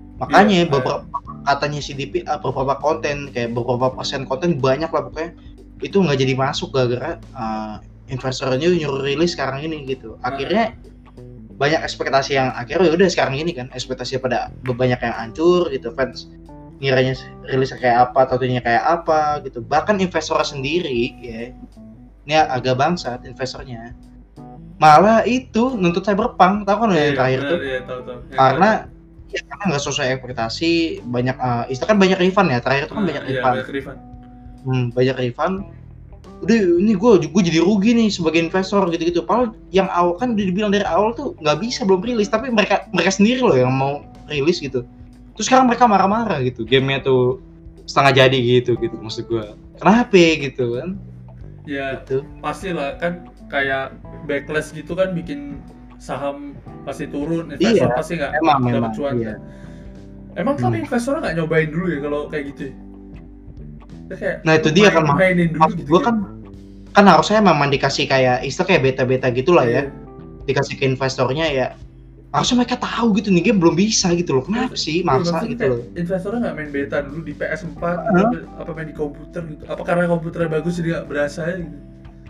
Makanya Iya, beberapa katanya C D P uh, beberapa konten kayak beberapa persen konten banyak lah pokoknya itu nggak jadi masuk gara-gara uh, investornya nyuruh rilis sekarang ini gitu. Akhirnya banyak ekspektasi yang akhirnya udah sekarang ini kan ekspektasi pada banyak yang hancur gitu, fans ngiranya rilisnya kayak apa, tentunya kayak apa gitu. Bahkan investor sendiri ya, ini agak bangsat investornya. Malah itu nuntut Cyberpunk, tahu kan Iya, yang terakhir bener, tuh. iya, tahu, tahu. Yang Karena terakhir. ya karena nggak sesuai ekspektasi, banyak uh, istilah kan banyak refund ya, terakhir itu kan Nah, banyak iya, refund. banyak refund. Hmm, banyak refund. Udah ini gue gue jadi rugi nih sebagai investor gitu-gitu. Padahal yang awal kan udah dibilang dari awal tuh nggak bisa, belum rilis, tapi mereka mereka sendiri loh yang mau rilis gitu. Terus sekarang mereka marah-marah gitu, gamenya tuh setengah jadi gitu gitu maksud gue. Kenapa gitu kan? Ya Gitu. pastilah kan kayak backlash gitu kan bikin saham pasti turun, investor Iya, pasti nggak emang dapat memang. cuan Iya. kan. Emang Hmm. tapi investornya nggak nyobain dulu ya kalau kayak gitu ya? Dia kayak, Nah itu lu dia main- kan mainin dulu maksud gitu gue ya. kan kan harusnya memang dikasih kayak istilah kayak beta-beta gitulah ya, Iya. dikasih ke investornya ya. Harusnya mereka tahu gitu nih game belum bisa gitu loh. Kenapa sih Iya, maksa maksudnya gitu kayak loh? investornya nggak main beta dulu di P S empat Heeh. gitu, apa main di komputer gitu? Apa karena komputernya bagus jadi nggak berasa ya gitu?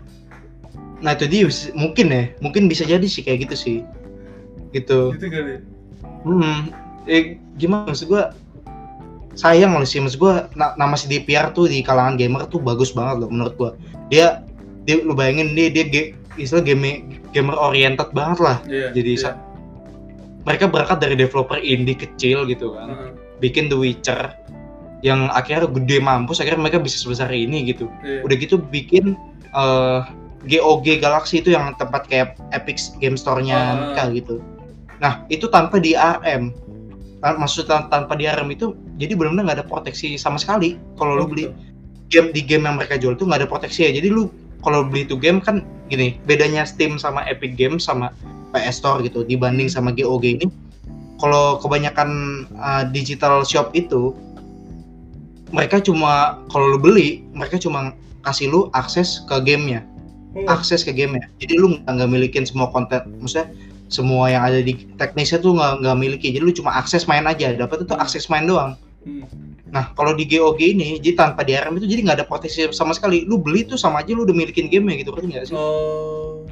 Nah itu dia bis- mungkin ya, mungkin bisa jadi sih kayak gitu sih, gitu. Gitu kali. Hmm, eh, gimana maksud gue? Sayang loh sih maksud gue, na- nama si D P R tuh di kalangan gamer tuh bagus banget loh menurut gue. Dia, dia lu bayangin dia dia ge- istilah game gamer oriented banget lah. Iya. Jadi iya. sa- mereka berangkat dari developer indie kecil gitu kan, Heeh. bikin The Witcher yang akhirnya gede mampus, akhirnya mereka bisa sebesar ini gitu. Iya. Udah gitu bikin uh, G O G Galaxy itu yang tempat kayak Epic Game Store-nya Ah. mereka gitu. Nah itu tanpa di R M, Tan- maksudnya tanpa di R M itu jadi benar-benar nggak ada proteksi sama sekali kalau lu Oh, beli gitu. game di game yang mereka jual tuh nggak ada proteksi ya. Jadi lu kalau beli itu game kan gini, bedanya Steam sama Epic Games sama P S Store gitu dibanding sama G O G ini, kalau kebanyakan uh, digital shop itu mereka cuma kalau lu beli mereka cuma kasih lu akses ke gamenya, Oh. akses ke gamenya. Jadi lu nggak nggak milikin semua konten, maksudnya semua yang ada di teknisnya tuh nggak nggak miliki. Jadi lu cuma akses main aja, dapat itu akses main doang. Hmm. Nah kalau di G O G ini jadi tanpa di R M itu jadi nggak ada proteksi sama sekali. Lu beli tuh sama aja lu udah milikin gamenya gitu kan nggak sih? Oh.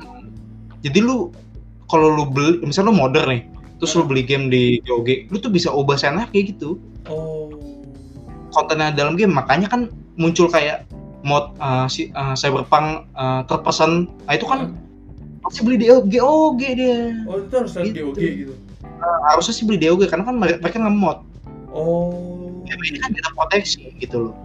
Jadi lu kalau lu beli misalnya lu modder nih, terus lu beli game di G O G, lu tuh bisa ubah senarnya gitu, Oh. kontennya dalam game. Makanya kan muncul kayak mod uh, si uh, Cyberpunk uh, third person. Nah itu kan pasti beli di G O G dia. Oh itu harus lihat Gitu. G O G gitu. Nah, harusnya sih beli di G O G karena kan mereka, mereka nge-mod. Oh. Game ini kan kita proteksi gitu loh.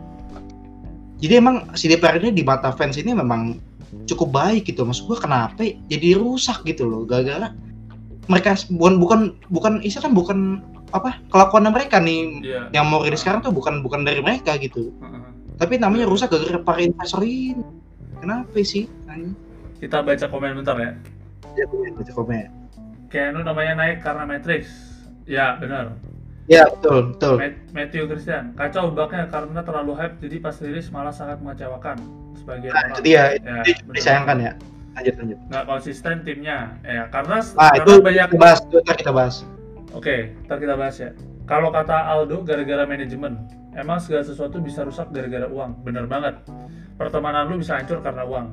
Jadi emang si D P R ini di mata fans ini memang cukup baik gitu. Maksud gua kenapa jadi rusak gitu loh, gara-gara mereka bukan bukan bukan istilah kan bukan apa kelakuan mereka nih Iya. yang mau rilis sekarang tuh bukan bukan dari mereka gitu. Heeh. Tapi namanya rusak gara-gara para investor ini. Kenapa sih? Nanya. Kita baca komen bentar ya. Ya, gue baca komen. Keanu namanya naik karena Matrix. Ya benar. Ya betul betul. Mat- Matthew Christian, kacau bugnya karena terlalu hype jadi pas rilis malah sangat mengecewakan sebagian Nah orang. itu dia, Ya, itu benar. disayangkan ya. Lanjut lanjut. Nggak konsisten timnya, ya karena Ah karena itu banyak. kita bahas, itu ntar kita bahas. Oke, ntar kita bahas ya. Kalau kata Aldo, gara-gara manajemen. Emang segala sesuatu bisa rusak gara-gara uang. Bener banget. Pertemanan lu bisa hancur karena uang.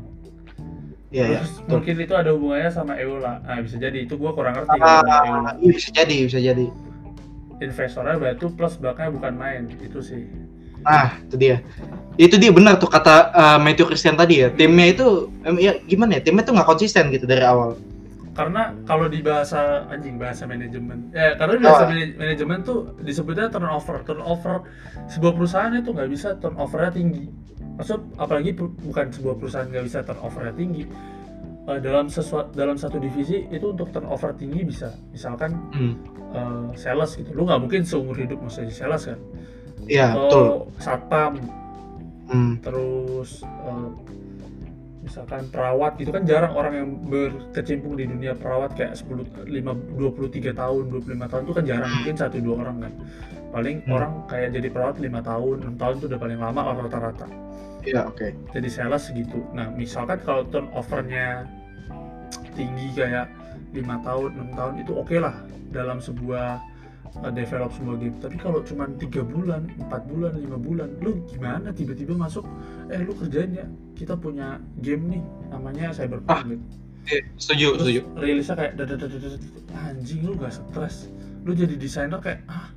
Iya ya. Terus mungkin itu ada hubungannya sama Eula. Nah bisa jadi, itu gua kurang ngerti kalau sama Eula. Ah, iya bisa jadi bisa jadi. Investornya batu plus baknya bukan main, itu sih. Nah, itu dia. Itu dia benar tuh kata uh, Matthew Christian tadi ya. Timnya itu em, ya gimana ya? Timnya tuh nggak konsisten gitu dari awal. Karena kalau di bahasa anjing bahasa manajemen, ya karena di bahasa Oh. manaj- manajemen tuh disebutnya turnover. Turnover sebuah perusahaan itu nggak bisa turnovernya tinggi. Maksud apalagi per- bukan sebuah perusahaan nggak bisa turnovernya tinggi. Eh, dalam sesuatu dalam satu divisi itu untuk turnover tinggi bisa, misalkan Hmm. eh, sales gitu. Lu nggak mungkin seumur hidup mesti jadi sales kan? Iya Atau betul. satpam, Hmm. terus eh, misalkan perawat gitu kan jarang orang yang berkecimpung di dunia perawat kayak sepuluh, lima, dua puluh tiga tahun, dua puluh lima tahun itu kan jarang, mungkin satu dua orang kan. Paling Hmm. orang kayak jadi perawat lima tahun, enam tahun itu udah paling lama lah rata-rata. Iya oke. Jadi sales segitu. Nah, misalkan kalau turnovernya tinggi kayak lima tahun, enam tahun itu oke lah dalam sebuah uh, develop sebuah game. Tapi kalau cuma tiga bulan, empat bulan, lima bulan, lu gimana tiba-tiba masuk, eh lu kerjain ya, kita punya game nih namanya Cyberpunk Ah. gitu. Iya, setuju, Terus setuju. rilisnya kayak dadadadadad, anjing lu gak stres. Lu jadi desainer kayak ah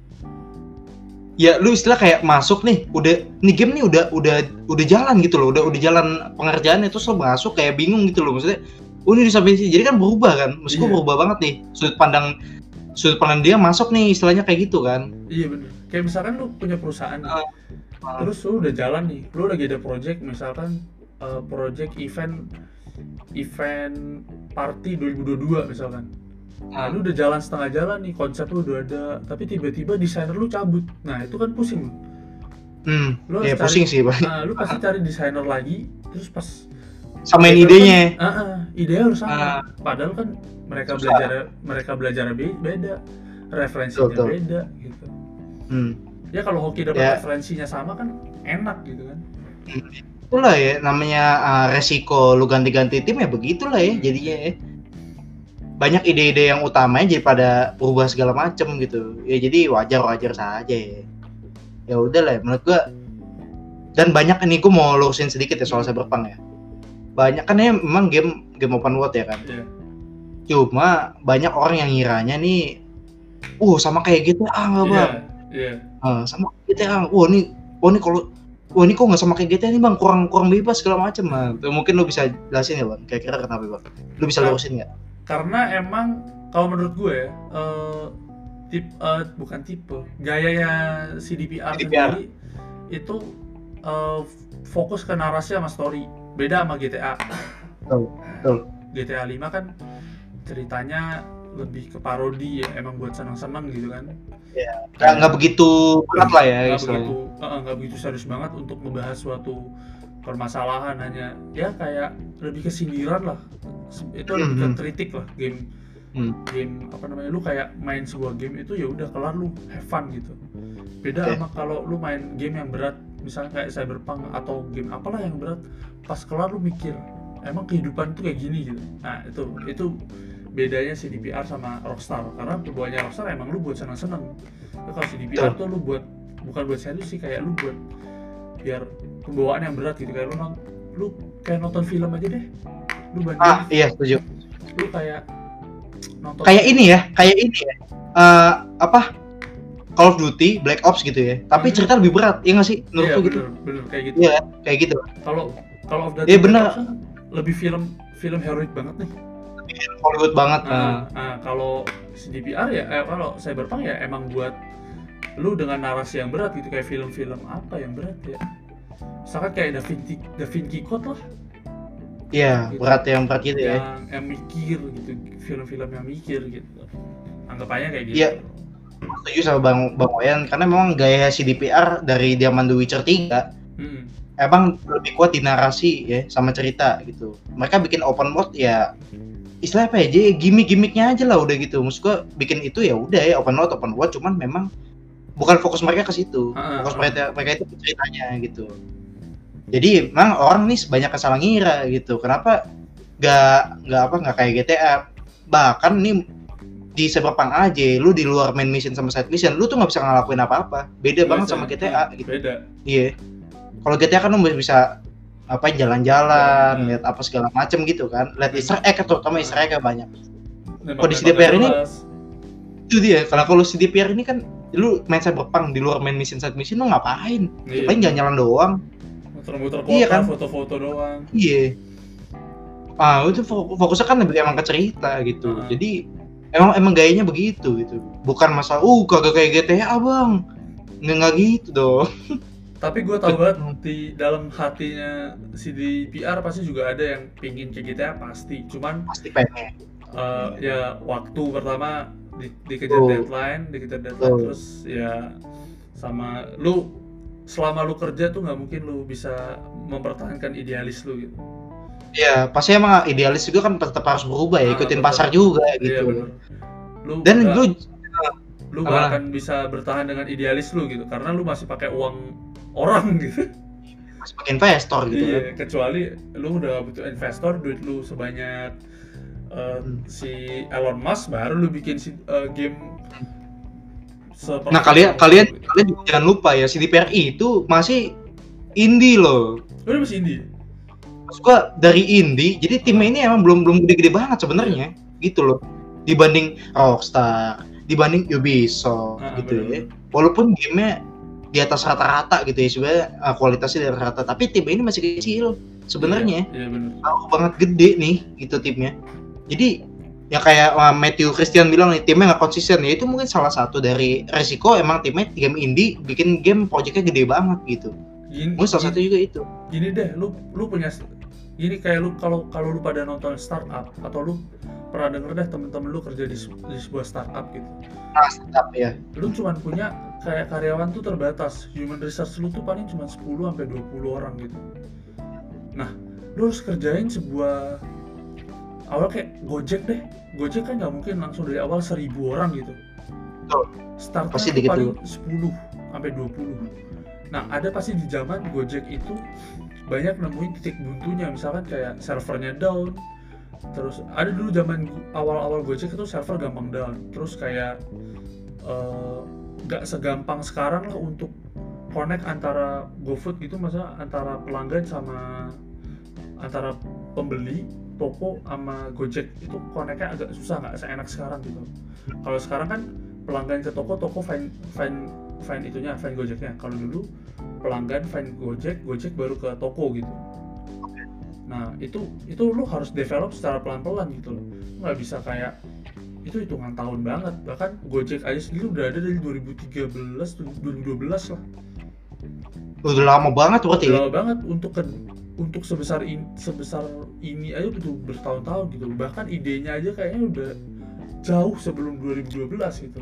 Ya lu istilah kayak masuk nih, udah nih game nih udah udah udah jalan gitu loh, udah udah jalan pengerjaannya, terus lo masuk kayak bingung gitu loh, maksudnya oh ini sampai sini, jadi kan berubah kan, maksudku Iya. berubah banget nih sudut pandang sudut pandang dia masuk nih istilahnya kayak gitu kan. iya bener. Kayak misalkan lu punya perusahaan nih, Ah, ah. terus lu udah jalan nih, lu lagi ada project misalkan uh, project event event party dua ribu dua puluh dua misalkan. Nah, Ah. lu udah jalan setengah jalan nih, konsep lu udah ada, tapi tiba-tiba desainer lu cabut. Nah, itu kan pusing lu. Hmm, Lu ya harus pusing cari, sih Bang. nah, lu pasti cari desainer lagi, terus pas Samain desainer idenya. kan, ah, ah, idenya harus sama. Ah. Padahal kan mereka Susah. belajar mereka belajar be- beda, referensinya Betul, betul. beda gitu. Hmm. Ya kalau hoki dapat Ya. referensinya sama kan enak gitu kan. Itulah ya namanya uh, resiko lu ganti-ganti tim ya begitulah ya jadinya ya. Banyak ide-ide yang utamanya jadi pada berubah segala macem gitu. Ya jadi wajar-wajar saja ya. Ya udahlah ya, menurut gua. Dan banyak ini gua mau lurusin sedikit ya soal Cyberpunk ya. Banyak kan ya memang game game open world ya kan. Iya. Cuma banyak orang yang ngiranya nih uh sama kayak G T A nggak Iya, bang? iya. Ah, sama G T A. Wah nih, wah nih kalau wah ini kok nggak sama kayak G T A nih bang, kurang kurang bebas segala macem. Nah, tuh mungkin lu bisa jelasin ya bang. Kira-kira kenapa bang? Lu bisa Nah. lurusin nggak? Karena emang kalau menurut gue ya, eh, tip eh, bukan tipe, gayanya C D P R C D P R. sendiri itu eh, fokus ke narasi sama story. Beda sama G T A. Betul, betul. G T A lima kan ceritanya lebih ke parodi ya, emang buat senang-senang gitu kan. Nggak nggak begitu berat lah ya Nggak istilahnya. begitu, eh, nggak begitu serius banget untuk membahas suatu permasalahan, hanya ya kayak lebih ke sindiran lah. Itu lebih ke Mhm. kritik lah game Hmm. game apa namanya, lu kayak main sebuah game itu ya udah kelar, lu have fun gitu. Beda Oke. sama kalau lu main game yang berat misalnya kayak Cyberpunk atau game apalah yang berat, pas kelar lu mikir emang kehidupan tuh kayak gini gitu. Nah itu itu bedanya C D P R sama Rockstar, karena keduanya Rockstar emang lu buat senang-senang. Nah, kalau C D P R tuh lu buat bukan buat serius sih, kayak lu buat biar pembawaan yang berat gitu, kayak lu nong, lu kayak nonton film aja deh, lu banding, Ah iya setuju. lu kayak nonton Kayak ini ya, kayak ini ya. Eh, apa? Call of Duty, Black Ops gitu ya. Tapi Mhm. cerita lebih berat, ya nggak sih? Menurut iya lu gitu? bener bener kayak gitu. Iya, kayak gitu. Kalau kalau of Iya, bener. lebih film film heroik banget nih. Hollywood banget. Nah, Nah, nah, kalau C D P R ya, eh, kalau Cyberpunk ya emang buat lu dengan narasi yang berat gitu, kayak film-film apa yang berat ya. Misalkan kayak Da Vinci, Da Vinci Code lah, iya gitu. berat yang berat gitu ya. yang yang mikir gitu, film-film yang mikir gitu. Anggapannya kayak gitu. Iya. Setuju sama Bang Bang Wayan karena memang gaya C D P R dari zaman The Witcher tiga Mm-mm. emang lebih kuat di narasi ya sama cerita gitu. Mereka bikin open world ya istilah apa ya, jadi gimmick-gimmicknya aja lah udah gitu. Maksud gua bikin itu ya udah ya open world open world, cuman memang bukan fokus mereka ke situ. Ah, Fokus ah. mereka mereka itu ke ceritanya gitu. Jadi memang orang nih banyak kesalah ngira gitu. Kenapa nggak nggak apa nggak kayak G T A? Bahkan nih di Cyberpunk aja, lu di luar main mission sama side mission, lu tuh nggak bisa ngelakuin apa-apa. Beda Nggak banget bisa. sama G T A gitu. Beda. Iya. Kalau G T A kan lu bisa apa jalan-jalan, Hmm. lihat apa segala macem gitu kan. Lihat Easter egg, terutama Easter egg banyak. Nembak-nembak Kalau di C D P R ini- jelas. Itu dia. Karena kalau C D P R ini kan lu main Cyberpunk di luar main mission side mission lu ngapain? Iya. Paling jalan-jalan doang. Muter-muter kota, Iya kan? foto-foto doang. Iya. Ah, itu fo- fokusnya kan lebih emang ke cerita gitu. Hmm. Jadi emang emang gayanya begitu gitu. Bukan masalah uh kagak kayak G T A, Bang. Nggak nggak gitu dong. Tapi gue tau banget di dalam hatinya C D P R pasti juga ada yang pingin kayak G T A pasti. Cuman Pasti pengen. eh, ya waktu pertama di, dikejar Oh. deadline, dikejar deadline Oh. terus ya sama lu selama lu kerja tuh nggak mungkin lu bisa mempertahankan idealis lu gitu. Iya, pasti emang idealis juga kan tetap harus berubah ya, Ah, ikutin betul. pasar juga Iya gitu. bener. Lu Dan nggak- lu lu nggak apa? akan bisa bertahan dengan idealis lu gitu karena lu masih pakai uang orang gitu. sebagai investor gitu kan. Iya, kecuali lu udah butuh investor, duit lu sebanyak uh, Hmm. si Elon Musk, baru lu bikin si, uh, game seperti Nah kalian itu. kalian kalian juga jangan lupa ya, C D P R itu masih indie loh. Oh, ini masih indie. Maksud gua dari indie, jadi timnya Hmm. ini emang belum belum gede-gede banget sebenarnya, gitu loh. Dibanding Rockstar, dibanding Ubisoft Ah, gitu ya. bener-bener. Walaupun gamenya di atas rata-rata gitu ya, sebenarnya uh, kualitasnya di atas rata, tapi tim ini masih kecil sebenarnya. Iya, iya bener. Jauh banget gede nih gitu timnya. Jadi ya kayak uh, Matthew Christian bilang nih, timnya nggak konsisten ya, itu mungkin salah satu dari resiko emang timnya game indie bikin game projectnya gede banget gitu. Gini, Mungkin salah gini, satu juga itu. gini deh, lu lu punya gini kayak lu kalau kalau lu pada nonton startup atau lu pernah denger deh temen-temen lu kerja di, se- di sebuah startup gitu. Nah, tetap ya. Lu cuman punya kayak karyawan tuh terbatas. Human resource lu tuh paling cuma sepuluh sampai dua puluh orang gitu. Nah, lu harus kerjain sebuah awal kayak Gojek deh. Gojek kan nggak mungkin langsung dari awal seribu orang gitu. Betul. Startnya Pasti tuh dikit paling dulu. sepuluh sampai dua puluh. Nah, ada pasti di zaman Gojek itu banyak nemuin titik buntunya, misalkan kayak servernya down. Terus ada dulu zaman awal-awal Gojek itu server gampang down. Terus kayak eh, nggak segampang sekarang lah untuk connect antara GoFood gitu, masa antara pelanggan sama antara pembeli toko sama Gojek itu connect-nya agak susah, nggak seenak sekarang gitu. Kalau sekarang kan pelanggan ke toko, toko find find find itunya, find Gojeknya. Kalau dulu pelanggan find Gojek, Gojek baru ke toko gitu. Nah itu itu lu harus develop secara pelan-pelan gitu loh. Lu nggak bisa kayak itu hitungan tahun banget. Bahkan Gojek aja sendiri udah ada dari dua ribu tiga belas, dua ribu dua belas lah. Udah lama banget berarti. Udah lama banget untuk ke, untuk sebesar in, sebesar ini aja butuh bertahun-tahun gitu. Bahkan idenya aja kayaknya udah jauh sebelum dua ribu dua belas gitu.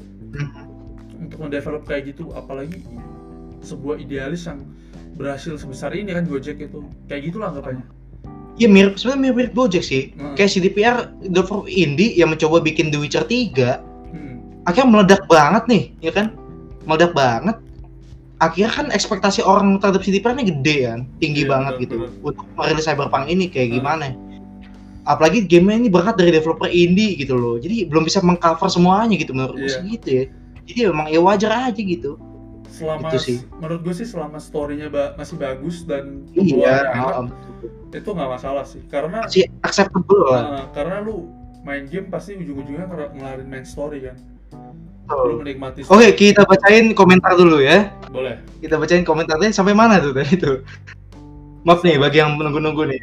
Hmm. Untuk mendevelop kayak gitu, apalagi sebuah idealis yang berhasil sebesar ini kan Gojek itu. Kayak gitulah anggapannya. Iya mirip, sebenarnya mirip Gojek sih. Hmm. Kayak C D P R, developer indie yang mencoba bikin The Witcher tiga, Hmm. akhirnya meledak banget nih, ya kan? Meledak banget. Akhirnya kan ekspektasi orang terhadap C D P R ini gede kan, tinggi Iya, banget betul, gitu. betul. Untuk merilis Cyberpunk ini kayak Hmm. gimana? Apalagi gamenya ini berangkat dari developer indie gitu loh. Jadi belum bisa mengcover semuanya gitu menurut gue Iya. sih gitu ya. Jadi emang ya wajar aja gitu. Selama Itu sih. menurut gue sih selama story-nya ba- masih bagus dan Iya, pembawaannya enak, um, itu nggak masalah sih. Karena masih acceptable lah. Nah, karena lu main game pasti ujung-ujungnya ngelar- ngelarin main story kan. Betul. Lu menikmati Oke, story. kita bacain komentar dulu ya. Boleh. Kita bacain komentarnya sampai mana tuh tadi tuh. Maaf nih bagi yang menunggu-nunggu nih.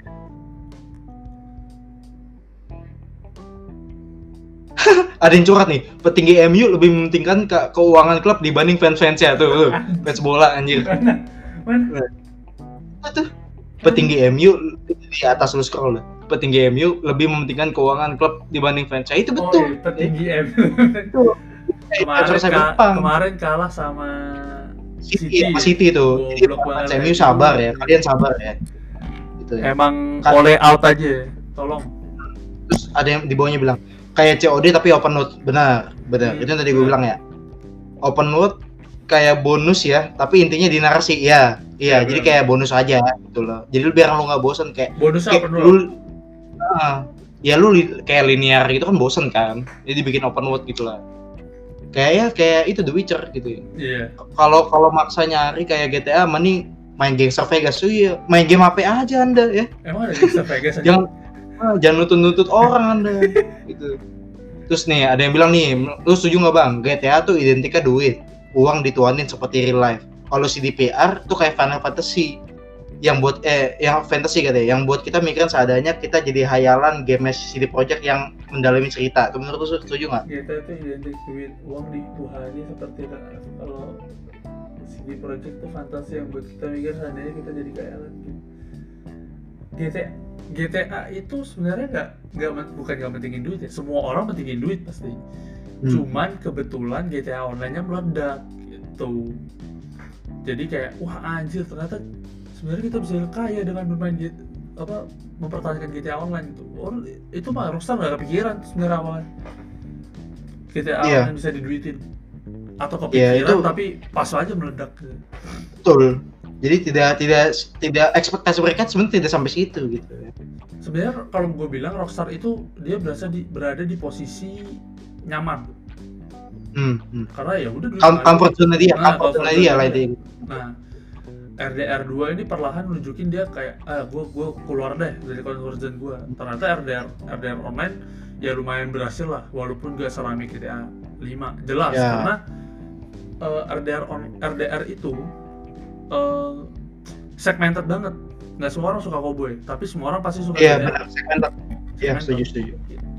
Ada yang curhat nih, petinggi M U lebih mementingkan ke keuangan klub dibanding fans-fansnya tuh, tuh. Fans bola anjir. Mana? Mana? Apa tuh? Petinggi M U di atas lu scroll lah. Petinggi M U lebih mementingkan keuangan klub dibanding fansnya. Itu Oh, betul. iya, petinggi M. Betul. kemarin, Fans ka- Cyberpunk. kemarin kalah sama City, sama ya? City tuh. Jadi Goblok fans banget. M U sabar ya, kalian sabar ya. Gitu ya. Emang Kan- oleh out aja, tolong. Terus ada yang di bawahnya bilang kayak C O D tapi open world. Benar, benar. Hmm, Itu yang tadi gue benar. bilang ya. Open world kayak bonus ya, tapi intinya di narasi. Iya, iya. Iya, Jadi benar. kayak bonus aja gitu loh. Jadi lu biar lu nggak bosen kayak Bonusnya kayak apa dulu? lu ah, ya lu li- kayak linear gitu kan bosen kan. Jadi bikin open world gitu lah. Kayak ya kayak itu The Witcher gitu ya. Iya. Kalau kalau maksa nyari kayak G T A mending main Gangster Vegas. Oh iya, main game H P aja Anda ya. Emang ada Gangster Vegas aja? Jangan ah, jangan nutut-nutut orang Anda gitu. Terus nih ada yang bilang nih, lu setuju nggak bang? G T A tuh identiknya duit, uang dituanin seperti real life. Kalau C D P R tuh kayak Final Fantasy, yang buat eh yang fantasy katanya, yang buat kita mikirin seadanya, kita jadi hayalan game C D Projekt yang mendalami cerita. Tuh menurut lu setuju nggak? G T A itu identik duit, uang dituhani seperti kalau C D Projekt itu fantasi yang buat kita mikir seandainya kita jadi kayalan gitu. G T A G T A itu sebenarnya nggak nggak men- bukan nggak pentingin duit ya, semua orang pentingin duit pasti. Hmm. Cuman kebetulan G T A online-nya meledak gitu. Jadi kayak wah anjir ternyata sebenarnya kita bisa kaya dengan bermain G- apa mempertahankan G T A online gitu. Orang itu mah Rockstar nggak kepikiran sebenarnya awalnya G T A Iya. online bisa diduitin atau Iya, kepikiran itu- tapi pas aja meledak gitu. Betul. Jadi tidak tidak tidak ekspektasi mereka sebenarnya tidak sampai situ gitu. Sebenarnya kalau gue bilang Rockstar itu dia berasa di, berada di posisi nyaman. Hmm, hmm. Karena ya udah dulu Com- ada. comfort zone dia, Nah, comfort zone comfort dia zone lah dia. itu. Nah, R D R dua ini perlahan nunjukin dia kayak ah gue gue keluar deh dari comfort zone gue. Ternyata R D R R D R online ya lumayan berhasil lah walaupun gak serami G T A lima. Jelas Ya. karena uh, R D R on R D R itu uh, segmented banget. Nggak semua orang suka cowboy, tapi semua orang pasti suka Iya G T A. benar, segmented. Iya, Segmented. setuju setuju.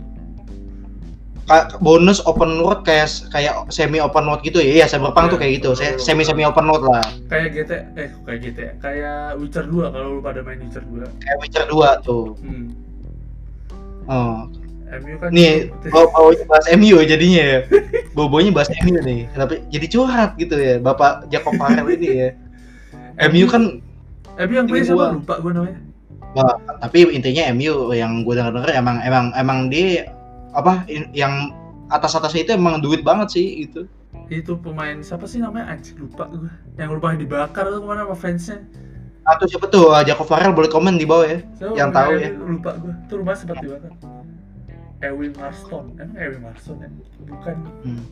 Ka- bonus open world kayak kayak semi open world gitu ya. Iya, Cyberpunk Iya, tuh kayak gitu. betul, betul. Semi semi open world lah. Kayak G T A, eh kayak G T A, kayak Witcher dua kalau lu pada main Witcher dua. Kayak Witcher dua tuh. Hmm. Oh. M U kan Nih, gitu. bawa-bawanya bahas M U jadinya ya. Bawa-bawanya bahas M U nih. Kenapa jadi curhat gitu ya, Bapak Jacob Farrell ini ya. M U kan M U yang punya ini siapa? gua. Lupa gue namanya. Bah, tapi intinya M U yang gue denger-denger emang emang emang dia apa in- yang atas-atasnya itu emang duit banget sih itu. Itu pemain siapa sih namanya? Anjir lupa gue. Yang rumahnya dibakar tuh kemana sama fansnya? Atau siapa tuh uh, Jacob Farrell, boleh komen di bawah ya. Siapa Yang tahu ya. Lupa gue. Itu rumah sempat dibakar. Ewing Marston. Emang Ewing Marston ya? Bukan. Hmm.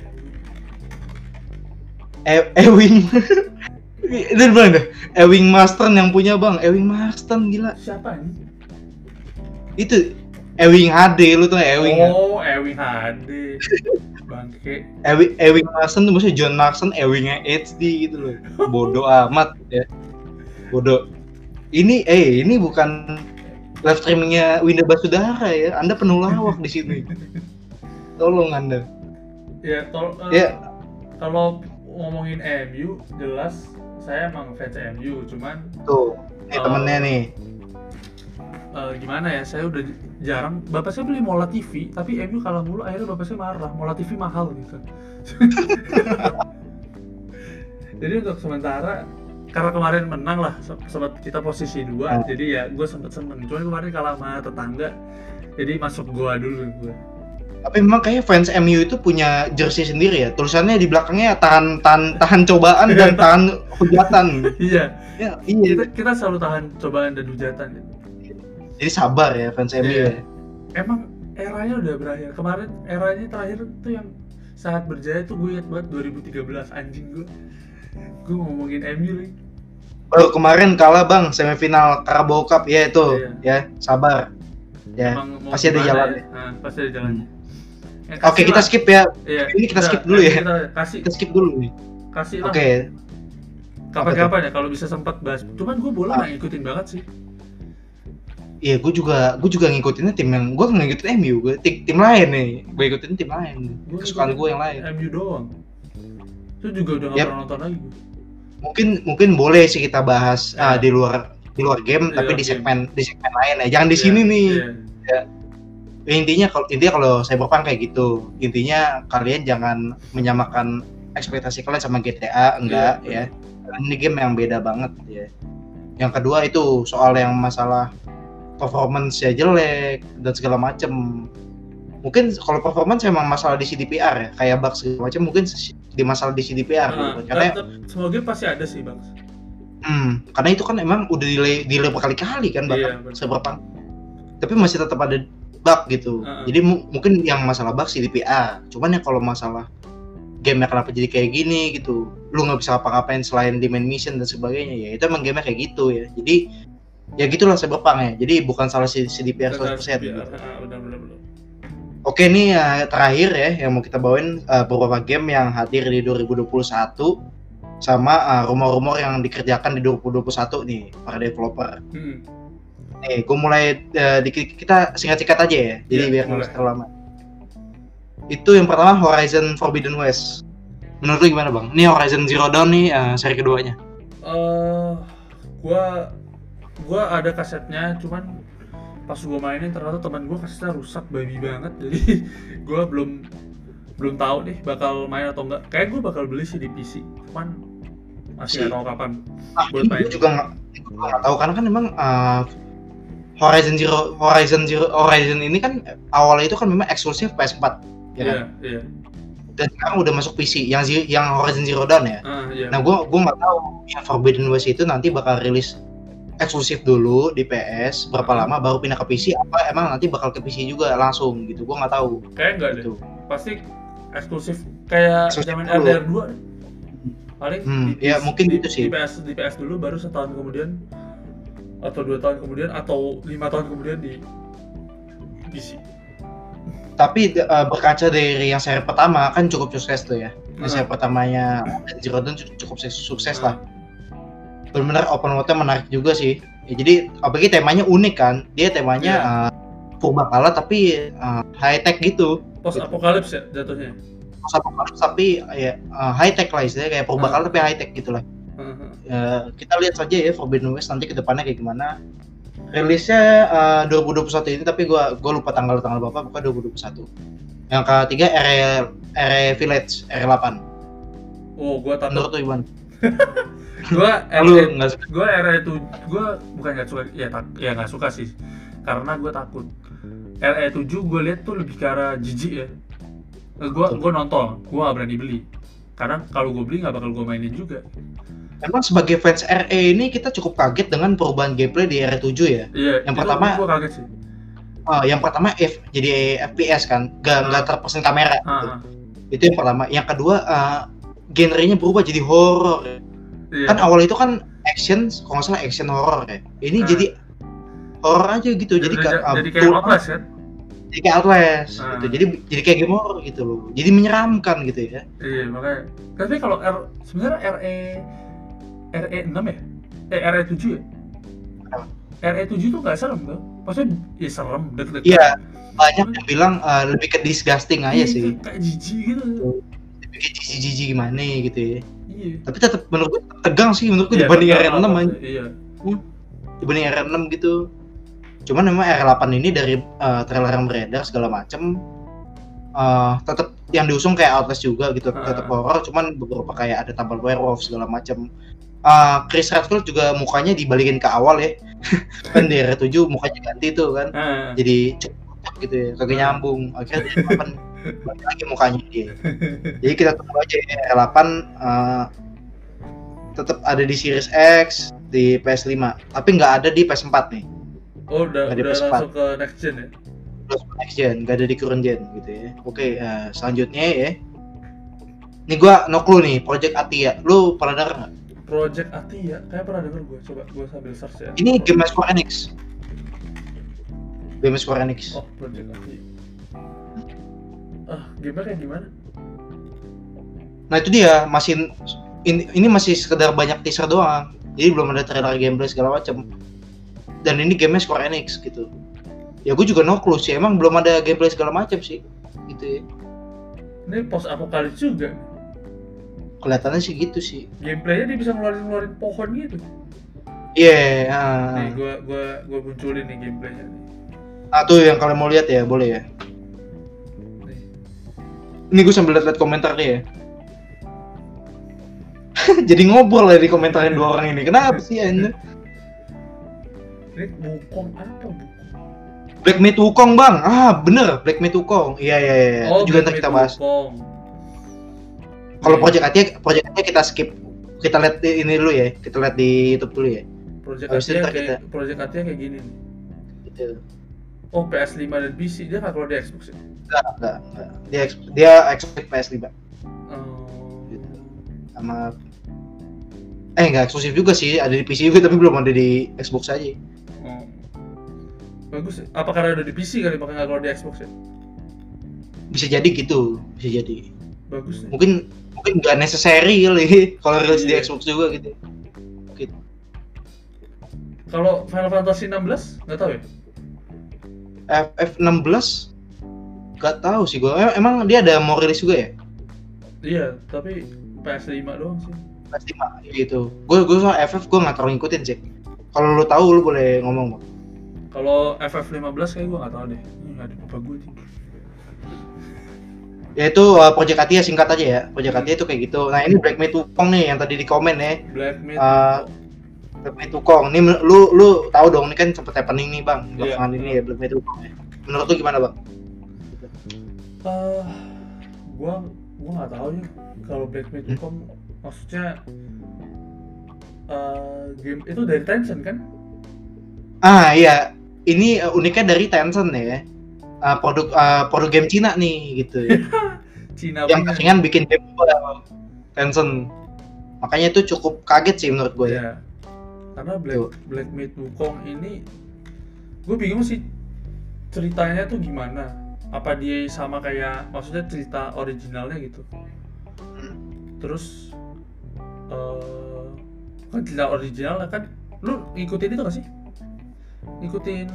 E- Ewing itu bilang deh, Ewing Marston yang punya bang, Ewing Marston gila. Siapa ini? Itu Ewing H D, lu tuh Ewing ya? Oh, Ewing H D. Bangke. Ewing, Ewing Marston tuh maksudnya John Marston, Ewingnya H D gitu loh. Bodoh amat ya. Bodoh. Ini eh ini bukan live streamingnya Winda Basudara ya. Anda penuh lawak di sini. Tolong Anda. Ya, tol uh, Ya. kalau ngomongin M U jelas saya emang fans M U, cuman Tuh, nih Oh. temennya nih. uh, gimana ya, saya udah jarang, bapak saya beli Mola T V tapi M U kalah mulu, akhirnya bapak saya marah, Mola T V mahal gitu. Jadi untuk sementara karena kemarin menang lah, sempat kita posisi dua, Ah. jadi ya gue sempet seneng. Cuman kemarin kalah sama tetangga, jadi masuk gua dulu gue. Tapi memang kayak fans M U itu punya jersey sendiri ya. Tulisannya di belakangnya tahan tahan tahan cobaan dan tahan hujatan. Iya, Ya, iya. kita, kita selalu tahan cobaan dan hujatan. Jadi sabar ya fans M U Iya. ya. Emang eranya udah berakhir. Kemarin eranya terakhir tuh yang saat berjaya tuh gue ingat banget dua ribu tiga belas, anjing gue. Gue ngomongin M U nih. Baru kemarin kalah bang semifinal Carabao Cup ya itu Iya. ya, sabar. Ya, Emang mau pasti ada gimana jalan. ya? Nah, pasti ada jalannya. Ya, Oke, kasih kita lah. skip ya. Iya, Ini kita skip dulu ya. Kita kasih, Kita skip dulu nih. kasih Oke. lah. Apa Kapan-kapan ya kalau bisa sempat bahas. Cuman gue bola Ah. nggak ngikutin banget sih. Iya, gue juga gue juga ngikutinnya tim yang gue nggak ngikutin M U, gue tim, tim lain nih. Gue ikutin tim lain. Gua Kesukaan ngikutin gue yang lain. M U doang. Itu juga udah nggak Yap. pernah nonton lagi gue. Mungkin mungkin boleh sih kita bahas Iya. ah, di luar di luar game, Di tapi luar di game. segmen di segmen lain ya. Jangan di Iya, sini nih. iya. Intinya kalau intinya kalau Cyberpunk kayak gitu. Intinya kalian jangan menyamakan ekspektasi kalian sama G T A, enggak Iya, ya. Karena ini game yang beda banget ya. Yang kedua itu soal yang masalah performance-nya jelek dan segala macem. Mungkin kalau performance memang masalah di C D P R ya, kayak bug segala macam mungkin di masalah di C D P R Nah, gitu. Karena tetep, semua game pasti ada sih bang. hmm, karena itu kan emang udah delay delay berkali-kali kan Iya, bahkan benar. Cyberpunk. Tapi masih tetap ada bug gitu. Uh-uh. Jadi mu- mungkin yang masalah bug C D P R. Cuman ya kalau masalah game kenapa jadi kayak gini gitu, lu nggak bisa apa-apain selain di main mission dan sebagainya, ya itu emang game kayak gitu ya. Jadi ya gitulah Cyberpunk ya. Jadi bukan salah C D P R seratus persen. Gitu. Benar-benar. Oke nih ya, terakhir ya yang mau kita bawain uh, beberapa game yang hadir di dua ribu dua puluh satu sama uh, rumor-rumor yang dikerjakan di dua ribu dua puluh satu nih para developer. Hmm. Nih, gue mulai uh, dikit kita singkat-singkat aja ya, jadi Iya, biar boleh. nggak terlalu lama. Itu yang pertama Horizon Forbidden West. Menurut lu gimana bang? Ini Horizon Zero Dawn nih uh, seri keduanya. Eh, gua gua ada kasetnya, cuman pas gua mainin ternyata teman gua kasetnya rusak babi banget, jadi gua belum belum tahu nih bakal main atau enggak. Kayak gua bakal beli sih di P C, cuman masih Si. nggak tahu kapan Ah, buat ini main. gue juga nggak gue nggak tahu karena kan memang uh, Horizon Zero Horizon Zero Horizon ini kan awalnya itu kan memang eksklusif P S empat ya kan? Iya, iya. Dan sekarang udah masuk P C yang zi- yang Horizon Zero Dawn ya. Ah, iya. Nah, gue gue nggak tahu yang Forbidden West itu nanti bakal rilis eksklusif dulu di P S berapa Hmm. lama baru pindah ke P C, apa emang nanti bakal ke P C juga langsung gitu. Gue nggak tahu Kayak enggak deh. gitu. Pasti eksklusif kayak Eksklusif zaman dulu. R D R dua paling Hmm, di, ya di- mungkin di, gitu sih. di P S di P S dulu baru setahun kemudian atau dua tahun kemudian atau lima tahun kemudian di P C. Tapi uh, berkaca dari yang seri pertama kan cukup sukses tuh ya. Yang Nah. seri pertamanya Zero Dawn cukup sukses, sukses Nah. lah. Benar-benar open world-nya menarik juga sih. Ya, jadi apalagi temanya unik kan. Dia temanya Iya. uh, purbakala tapi uh, high tech gitu. Post Gitu. apokalips ya jatuhnya. Post apokalips tapi ya uh, high tech lah istilahnya, kayak purbakala Ah. tapi high tech gitu lah. Heeh. Uh, kita lihat saja ya Forbidden West nanti ke depannya kayak gimana. Rilisnya uh, dua ribu dua puluh satu ini, tapi gua gua lupa tanggal-tanggal berapa, pokoknya dua ribu dua puluh satu. Yang ketiga R E, R E Village R E delapan. Oh, gua takut. Menurut lu gimana? Gua R Lu E nggak suka? gua R E tujuh gua bukan nggak suka ya tak ya nggak suka sih karena gua takut R E tujuh gua lihat tuh lebih ke arah jijik ya. Eh, gua gua nonton, gua nggak berani beli karena kalau gua beli nggak bakal gua mainin juga. Emang sebagai fans R E ini kita cukup kaget dengan perubahan gameplay di R E tujuh ya. Iya, Yang itu pertama- gua kaget sih. Uh, yang pertama F jadi F P S kan, gak nggak Ah. terpesen kamera. Gitu. Ah, ah. Itu yang pertama. Yang kedua uh, genrenya berubah jadi horror. Iya. Kan awal itu kan action, kalau nggak salah action horror ya. Ini Ah. jadi horror aja gitu. Jadi, jadi, kayak, uh, jadi kayak betul- Outlast kan? jadi kayak Outlast Ah. gitu. Jadi jadi kayak game horror gitu loh. Jadi menyeramkan gitu ya. Iya, makanya. Tapi kalau R sebenarnya R E R E enam ya? Eh R E tujuh ya? Apa? R E tujuh tuh nggak serem bang. Maksudnya ya serem, deg-degan. Iya, banyak yang bilang uh, lebih ke disgusting aja Iya, sih. kayak jijik gitu. Lebih ke jijik-jijik gimana gitu ya. Iya. Tapi tetap menurut gue tegang sih menurut gue Iya, dibanding tetap R E enam apa- aja. Iya. Dibanding R E enam gitu. Cuman memang R E delapan ini dari uh, trailer yang beredar segala macem uh, tetap yang diusung kayak Outlast juga gitu, Ah. tetap horror, cuman beberapa kayak ada tampil werewolf segala macem. Uh, Chris Redfield juga mukanya dibalikin ke awal ya. Kan di R E tujuh mukanya ganti tuh kan. Ah. Jadi cepet gitu ya, kagak nyambung. Akhirnya dia delapan balik lagi mukanya dia. Jadi kita tunggu aja ya, R E delapan uh, tetap ada di Series X, di P S lima, tapi nggak ada di P S empat nih. Oh, udah Nggak di udah P S empat. langsung ke next gen ya? Terus next gen, nggak ada di current gen gitu ya. Oke, uh, selanjutnya ya. Ini gua no clue nih, Project Atia. Lu pernah denger nggak? Project Atia, kayak pernah denger gue. Coba gue sambil search ya. Ini game Square Enix. Game Square Enix. Oh, Project Atia. Ah, gamenya kayak gimana? Nah itu dia, masih ini, ini masih sekedar banyak teaser doang. Jadi belum ada trailer gameplay segala macam. Dan ini gamenya Square Enix gitu. Ya gue juga no clue sih, emang belum ada gameplay segala macam sih. Gitu ya. Ini post apokalips juga. Kelihatannya sih gitu sih. Gameplaynya dia bisa ngeluarin-ngeluarin pohon gitu. Iya, yeah, Nih, gua gua gua munculin nih gameplaynya nih. ah tuh yang kalian mau lihat ya, boleh ya. Nih. Ini gue sambil lihat komentar dia. Jadi ngobrol ya di komentarin dua orang ini. Kenapa sih anda? Ini Wukong apa Wukong? Black Myth Wukong bang. Ah bener, Black Myth Wukong. Iya iya iya. Oh, Itu juga ntar Black kita Myth bahas. Wukong. Kalau Nih, Project Atia, Project Atia kita skip. Kita lihat di- ini dulu ya. Kita lihat di YouTube dulu ya. Project habis itu Atia ntar kayak kita- Project Atia kayak gini nih. Gitu. Oh, P S lima dan P C dia nggak keluar di Xbox ya? Enggak, enggak, enggak. Dia eks- dia eksklusif P S lima Oh. Gitu. sama eh enggak eksklusif juga sih, ada di P C juga tapi belum ada di Xbox aja. Oh. Bagus ya. Apa karena udah di P C kali makanya nggak keluar di Xbox ya? Bisa jadi gitu, bisa jadi. Bagus nih. Mungkin mungkin enggak necessary kali kalau rilis di Iya. Xbox juga gitu. Gitu. Kalau Final Fantasy enam belas nggak tahu ya? F F enam belas enggak tahu sih gua. Em- Emang dia ada mau rilis juga ya? Iya, tapi P S lima doang sih. P S lima gitu. Gue gue soal F F gue nggak terlalu ngikutin sih. Kalau lu tahu lu boleh ngomong Bang. Kalau F F lima belas kayak gue nggak tahu deh. Ini nggak ada lupa gue nih. Yaitu uh, Project Atia, singkat aja ya. Project Atia itu kayak gitu. Nah ini Black Myth Wukong nih yang tadi di komen ya. Black Myth. Uh, Black Myth Wukong. Nih men- lu lu tahu dong ini kan sempet happening nih bang. Iya. Belakangan ini ya Black Myth Wukong ya. Menurut lu gimana bang? Uh, gua gua nggak tahu ya kalau Black Myth Hmm. Wukong maksudnya uh, game itu dari Tencent kan? Ah iya. Ini uh, uniknya dari Tencent ya. Uh, produk uh, produk game Cina nih gitu. Ya. Cina yang punya. keseringan bikin game mobile, Tencent. Makanya itu cukup kaget sih menurut gue ya. Ya. Karena Black Tuh. Black Myth Wukong ini gue bingung sih ceritanya tuh gimana. Apa dia sama kayak maksudnya cerita originalnya gitu. Hmm. Terus uh, kan cerita originalnya kan lu ngikutin itu gak sih? Ngikutin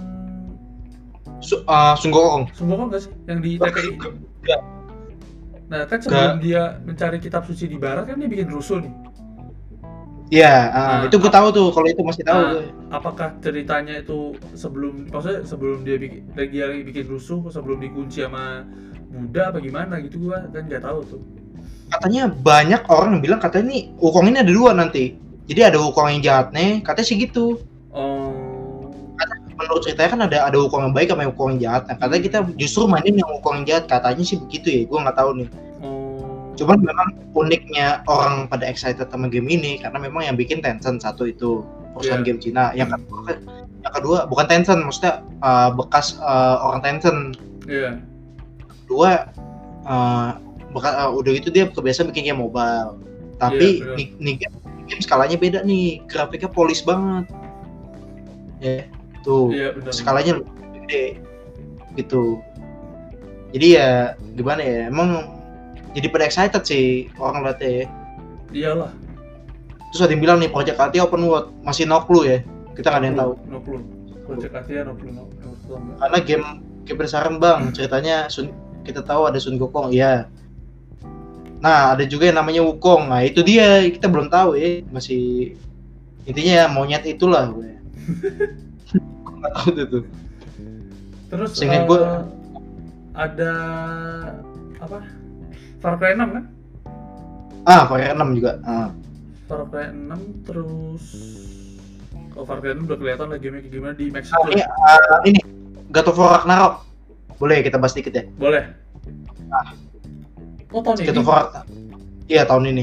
Su- uh, Sun Gokong. Sun Gokong gak sih? Yang di T K I? Enggak. Nah kan sebelum dia mencari kitab suci di barat kan dia bikin rusuh nih. Iya, uh, Nah, itu gue tahu tuh, kalau itu masih tahu Nah, gue. apakah ceritanya itu sebelum, maksudnya sebelum dia bikin, dia lagi bikin rusuh, sebelum dikunci sama Buddha apa gimana gitu gua kan nggak tahu tuh. Katanya banyak orang yang bilang katanya nih Wukong ini ada dua nanti. Jadi ada Wukong yang jahatnya, katanya sih gitu. Oh, Menurut ceritanya kan ada ada Wukong yang baik sama Wukong yang jahat. Nah, katanya kita justru mainin yang Wukong yang jahat, katanya sih begitu ya. Gue nggak tahu nih. oh, Cuman memang uniknya orang pada excited sama game ini karena memang yang bikin Tencent satu itu perusahaan Iya. game Cina. Yang kedua, yang kedua bukan Tencent, maksudnya uh, bekas uh, orang Tencent. iya, Kedua uh, bekas, uh, udah gitu dia kebiasaan bikin game mobile. Tapi Iya, benar. nih, nih game, game skalanya beda nih, grafiknya polis banget. Ya, tuh iya benar. skalanya lebih gede gitu. Jadi ya gimana ya, emang jadi pada excited sih orang liatnya ya. Iyalah. Terus ada yang bilang nih Project Atia open world, masih no clue ya, kita nggak ada yang tahu. No clue. Project Atia no clue, no clue. Karena game game berdasarkan bang, ceritanya Sun, kita tahu ada Sun Gokong, iya. Nah ada juga yang namanya Wukong, nah itu dia kita belum tahu ya, masih intinya ya monyet itulah gue. Nggak tahu tuh tuh. Terus Seingat uh, gua- ada apa? Far Cry enam kan? Ah Far Cry enam juga. Ah. Far Cry enam terus kalau Far Cry enam udah kelihatan lah game-nya kayak gimana di Ah, Mexico. ini, ah, ini God of War Ragnarok, boleh kita bahas dikit ya? Boleh. Ah. Oh tahun God ini? of War, iya tahun ini.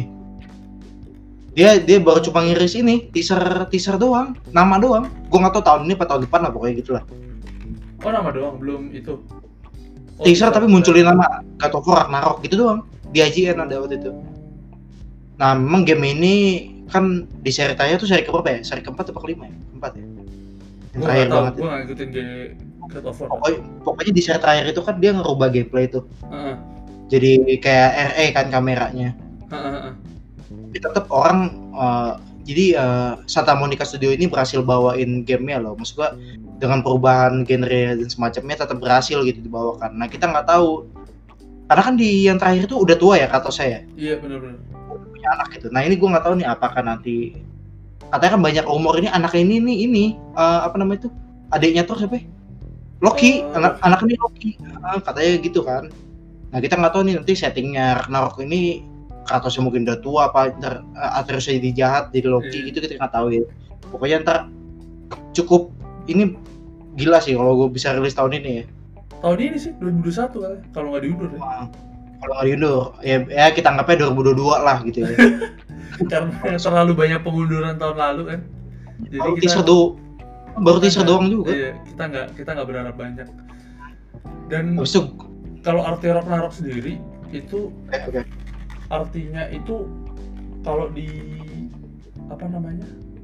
Dia dia baru cuma ngiris ini teaser teaser doang, nama doang. Gue nggak tahu tahun ini atau tahun depan lah pokoknya gitulah. Oh nama doang, belum itu. Oh, Teaser bisa, tapi bisa. munculin nama God of War Ragnarok gitu doang. Di I G N ada waktu itu. Nah memang game ini kan di seri tayang tuh seri keberapa ya? Seri keempat atau kelima ya? Keempat ya? Yang Gue terakhir nggak tahu, banget. gue Ya. nggak ngikutin game God of War. Pokoknya, pokoknya di seri terakhir itu kan dia ngerubah gameplay itu. Heeh, Jadi kayak R E kan kameranya. heeh, heeh. Tapi tetap orang uh, jadi uh, Santa Monica Studio ini berhasil bawain gamenya loh. Maksud gua dengan perubahan genre dan semacamnya tetap berhasil gitu dibawakan. Nah kita nggak tahu karena kan di yang terakhir itu udah tua ya kata saya Iya benar-benar. punya anak gitu. Nah ini gue nggak tahu nih apakah nanti katanya kan banyak rumor ini anak ini nih ini uh, apa namanya itu adiknya tuh siapa? Loki, Oh, anak Loki. anak ini Loki, uh, katanya gitu kan. Nah kita nggak tahu nih nanti settingnya Ragnarok ini Kratosnya mungkin udah tua apa ntar uh, Atreusnya jadi jahat jadi Loki Iya. gitu kita nggak tahu ya. Pokoknya ntar cukup ini gila sih kalau gue bisa rilis tahun ini ya. Tahun ini sih dua ribu dua puluh satu kali, kalau nggak diundur ya. Wah, kalau nggak diundur ya, ya kita anggapnya dua ribu dua puluh dua lah gitu ya. Karena terlalu banyak pengunduran tahun lalu kan. Jadi baru kita teaser do baru kita teaser nggak- doang juga. Iya, kita nggak kita nggak berharap banyak. Dan Habis itu kalau arti Ragnarok sendiri itu eh, oke. artinya itu kalau di apa namanya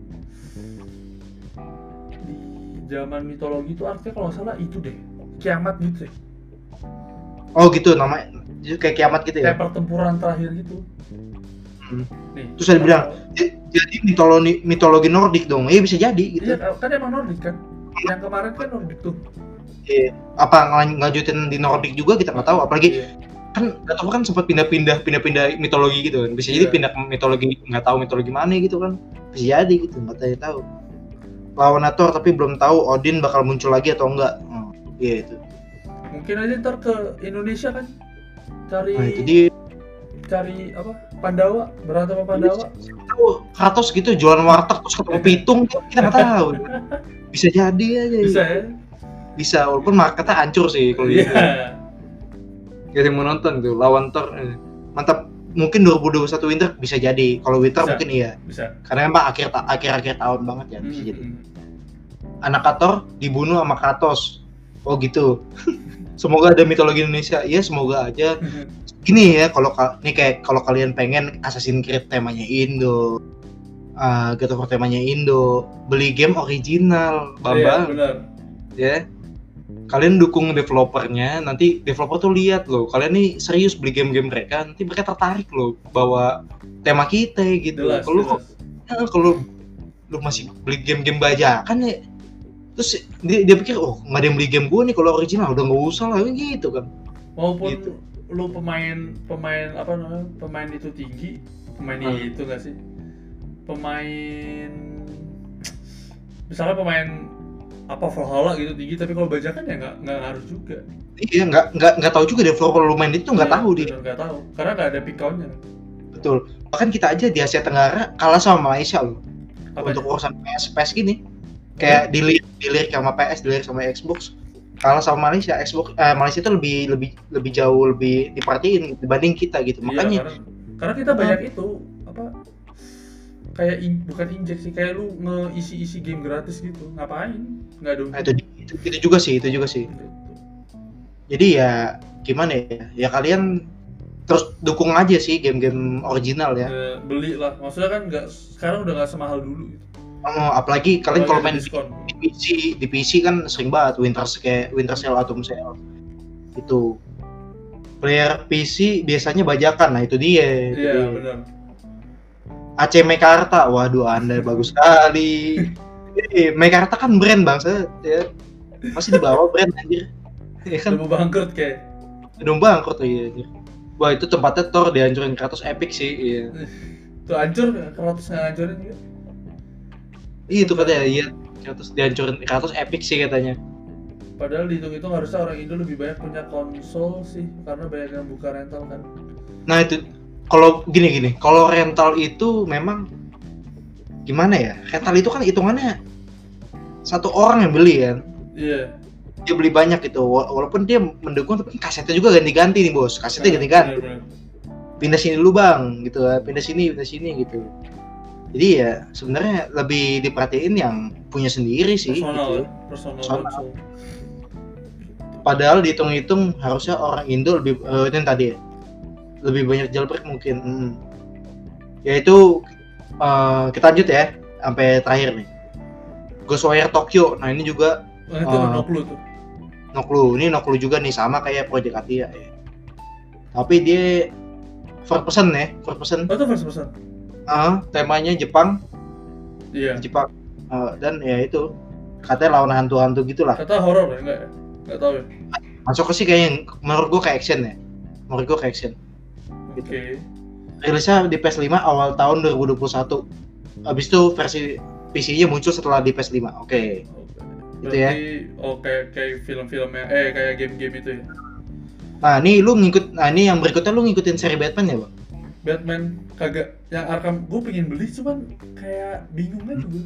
di zaman mitologi itu artinya kalau nggak salah itu deh kiamat gitu ya. Oh gitu namanya kayak kiamat gitu ya. Kayak pertempuran terakhir gitu. Hmm. Nih, Terus ada bilang kalau- "J- jadi mitologi mitologi Nordik dong. Iya bisa jadi gitu. iya kan emang Nordik kan. Yang kemarin kan Nordik tuh. Iya. Apa ngelan- ngelanjutin di Nordik juga kita nggak tahu. Apalagi Iya. kan nggak tahu kan sempat pindah-pindah pindah-pindah mitologi gitu kan. Bisa jadi Iya. pindah ke mitologi nggak tahu mitologi mana gitu kan. Bisa jadi gitu nggak tahu tahu. Lawan Thor tapi belum tahu Odin bakal muncul lagi atau enggak. Hmm. Iya itu. Mungkin aja ntar ke Indonesia kan cari Nah itu dia. cari apa Pandawa berantem sama Pandawa. Tahu Kratos gitu jualan warteg terus ketemu pitung kita nggak tahu. Bisa jadi aja. Bisa ya? Bisa walaupun marketnya hancur sih kalau Iya. gitu. Gak ada yang mau nonton tuh lawan Thor eh. Mantap. Mungkin dua ribu dua puluh satu Winter bisa jadi. Kalau Winter Bisa. mungkin iya. Bisa. Karena emang akhir ta- akhir-akhir tahun banget ya bisa Hmm, jadi. hmm. Anak Thor dibunuh sama Kratos. Oh gitu. semoga ada mitologi Indonesia. Iya, semoga aja. Gini ya, kalau nih kayak kalau kalian pengen Assassin's Creed temanya Indo, uh, God of War temanya Indo, beli game original, Bambang. Iya, benar. Ya. Kalian dukung developernya, nanti developer tuh lihat loh, kalian nih serius beli game-game mereka, nanti mereka tertarik loh bawa tema kita gitu. Kalau ya, kalau lu masih beli game-game bajakan ya, terus dia, dia pikir oh nggak ada yang beli game gue nih kalau original, udah nggak usah lah gitu kan. Maupun gitu. Lu pemain pemain apa namanya pemain itu tinggi, pemain hmm. itu nggak sih, pemain misalnya pemain apa Valhalla gitu tinggi, tapi kalau bajakan ya nggak nggak ngaruh juga. Iya, nggak nggak nggak tahu juga developer lu main itu nggak iya, tahu dia. Nggak tahu karena nggak ada pick count-nya. Betul. Bahkan kita aja di Asia Tenggara kalah sama Malaysia loh. Apa untuk urusan P S P S gini. Kayak hmm. dilirik dilirik sama P S, dilirik sama Xbox. Kalah sama Malaysia. Xbox eh, Malaysia itu lebih lebih lebih jauh lebih diperhatiin dibanding kita gitu. Makanya iya, karena, karena kita banyak uh, itu apa kayak in, bukan injeksi, kayak lu nge-isi-isi game gratis gitu, ngapain? Nggak ada. Nah, itu, itu, itu juga sih, itu juga sih. Gitu. Jadi ya gimana ya? Ya kalian terus dukung aja sih game-game original ya. ya beli lah, maksudnya kan nggak sekarang udah nggak semahal dulu. Gitu. Oh, apalagi kalian kalau main di, di P C, di P C kan sering banget winter kayak winter sale atau sale. Itu player P C biasanya bajakan, nah itu dia. Iya benar. A C Mekarta, waduh Anda bagus sekali. Eh, Mekarta kan brand bangsa, ya. Masih di bawah brand anjir. Ya kan? Udah bangkrut kayak. Udah bangkrut iya anjir. Wah, itu tempatnya Thor dihancurin Kratos epic sih, iya. Tuh hancur, Kratos nggak hancurin juga. Iya itu katanya, iya. Kratos dihancurin Kratos epic sih katanya. Padahal dihitung-hitung harusnya orang Indo lebih banyak punya konsol sih, karena banyak yang buka rental kan. Nah itu kalau gini-gini, kalau rental itu memang gimana ya? Rental itu kan hitungannya satu orang yang beli kan. Iya. Yeah. Dia beli banyak gitu, walaupun dia mendukung tapi kasetnya juga ganti-ganti nih bos, kasetnya ganti-ganti. Pindah sini dulu bang, gitu, pindah sini, pindah sini gitu. Jadi ya sebenarnya lebih diperhatiin yang punya sendiri sih. Personal, gitu. personal. Personal. Padahal dihitung-hitung harusnya orang Indo lebih, uh, itu yang tadi ya, lebih banyak jailbreak mungkin. Hmm. Yaitu uh, kita lanjut ya sampai terakhir nih. Ghostwire Tokyo. Nah ini juga oh, itu uh, Noclu tuh. Noclu. Ini Noclu juga nih sama kayak Project Atia ya. Tapi dia first person ya, first person. Oh, itu first person. Uh, temanya Jepang. Iya. Jepang. Uh, dan ya itu katanya lawan hantu-hantu gitulah. Kata horor ya enggak ya? Enggak tahu ya. Masuk ke sih kayaknya menurut gua kayak action ya. Menurut gua kayak action. Oke. Okay. Rilisnya di P S lima awal tahun dua ribu dua puluh satu. Habis itu versi P C-nya muncul setelah di P S lima. Oke. Okay. Okay. Itu ya. Oh kayak kayak film-filmnya eh kayak game-game itu ya. Nah, ini lu ngikut nah ini yang berikutnya lu ngikutin seri Batman ya, Bang? Batman kagak, yang Arkham gue pengen beli cuman kayak bingung aja gue.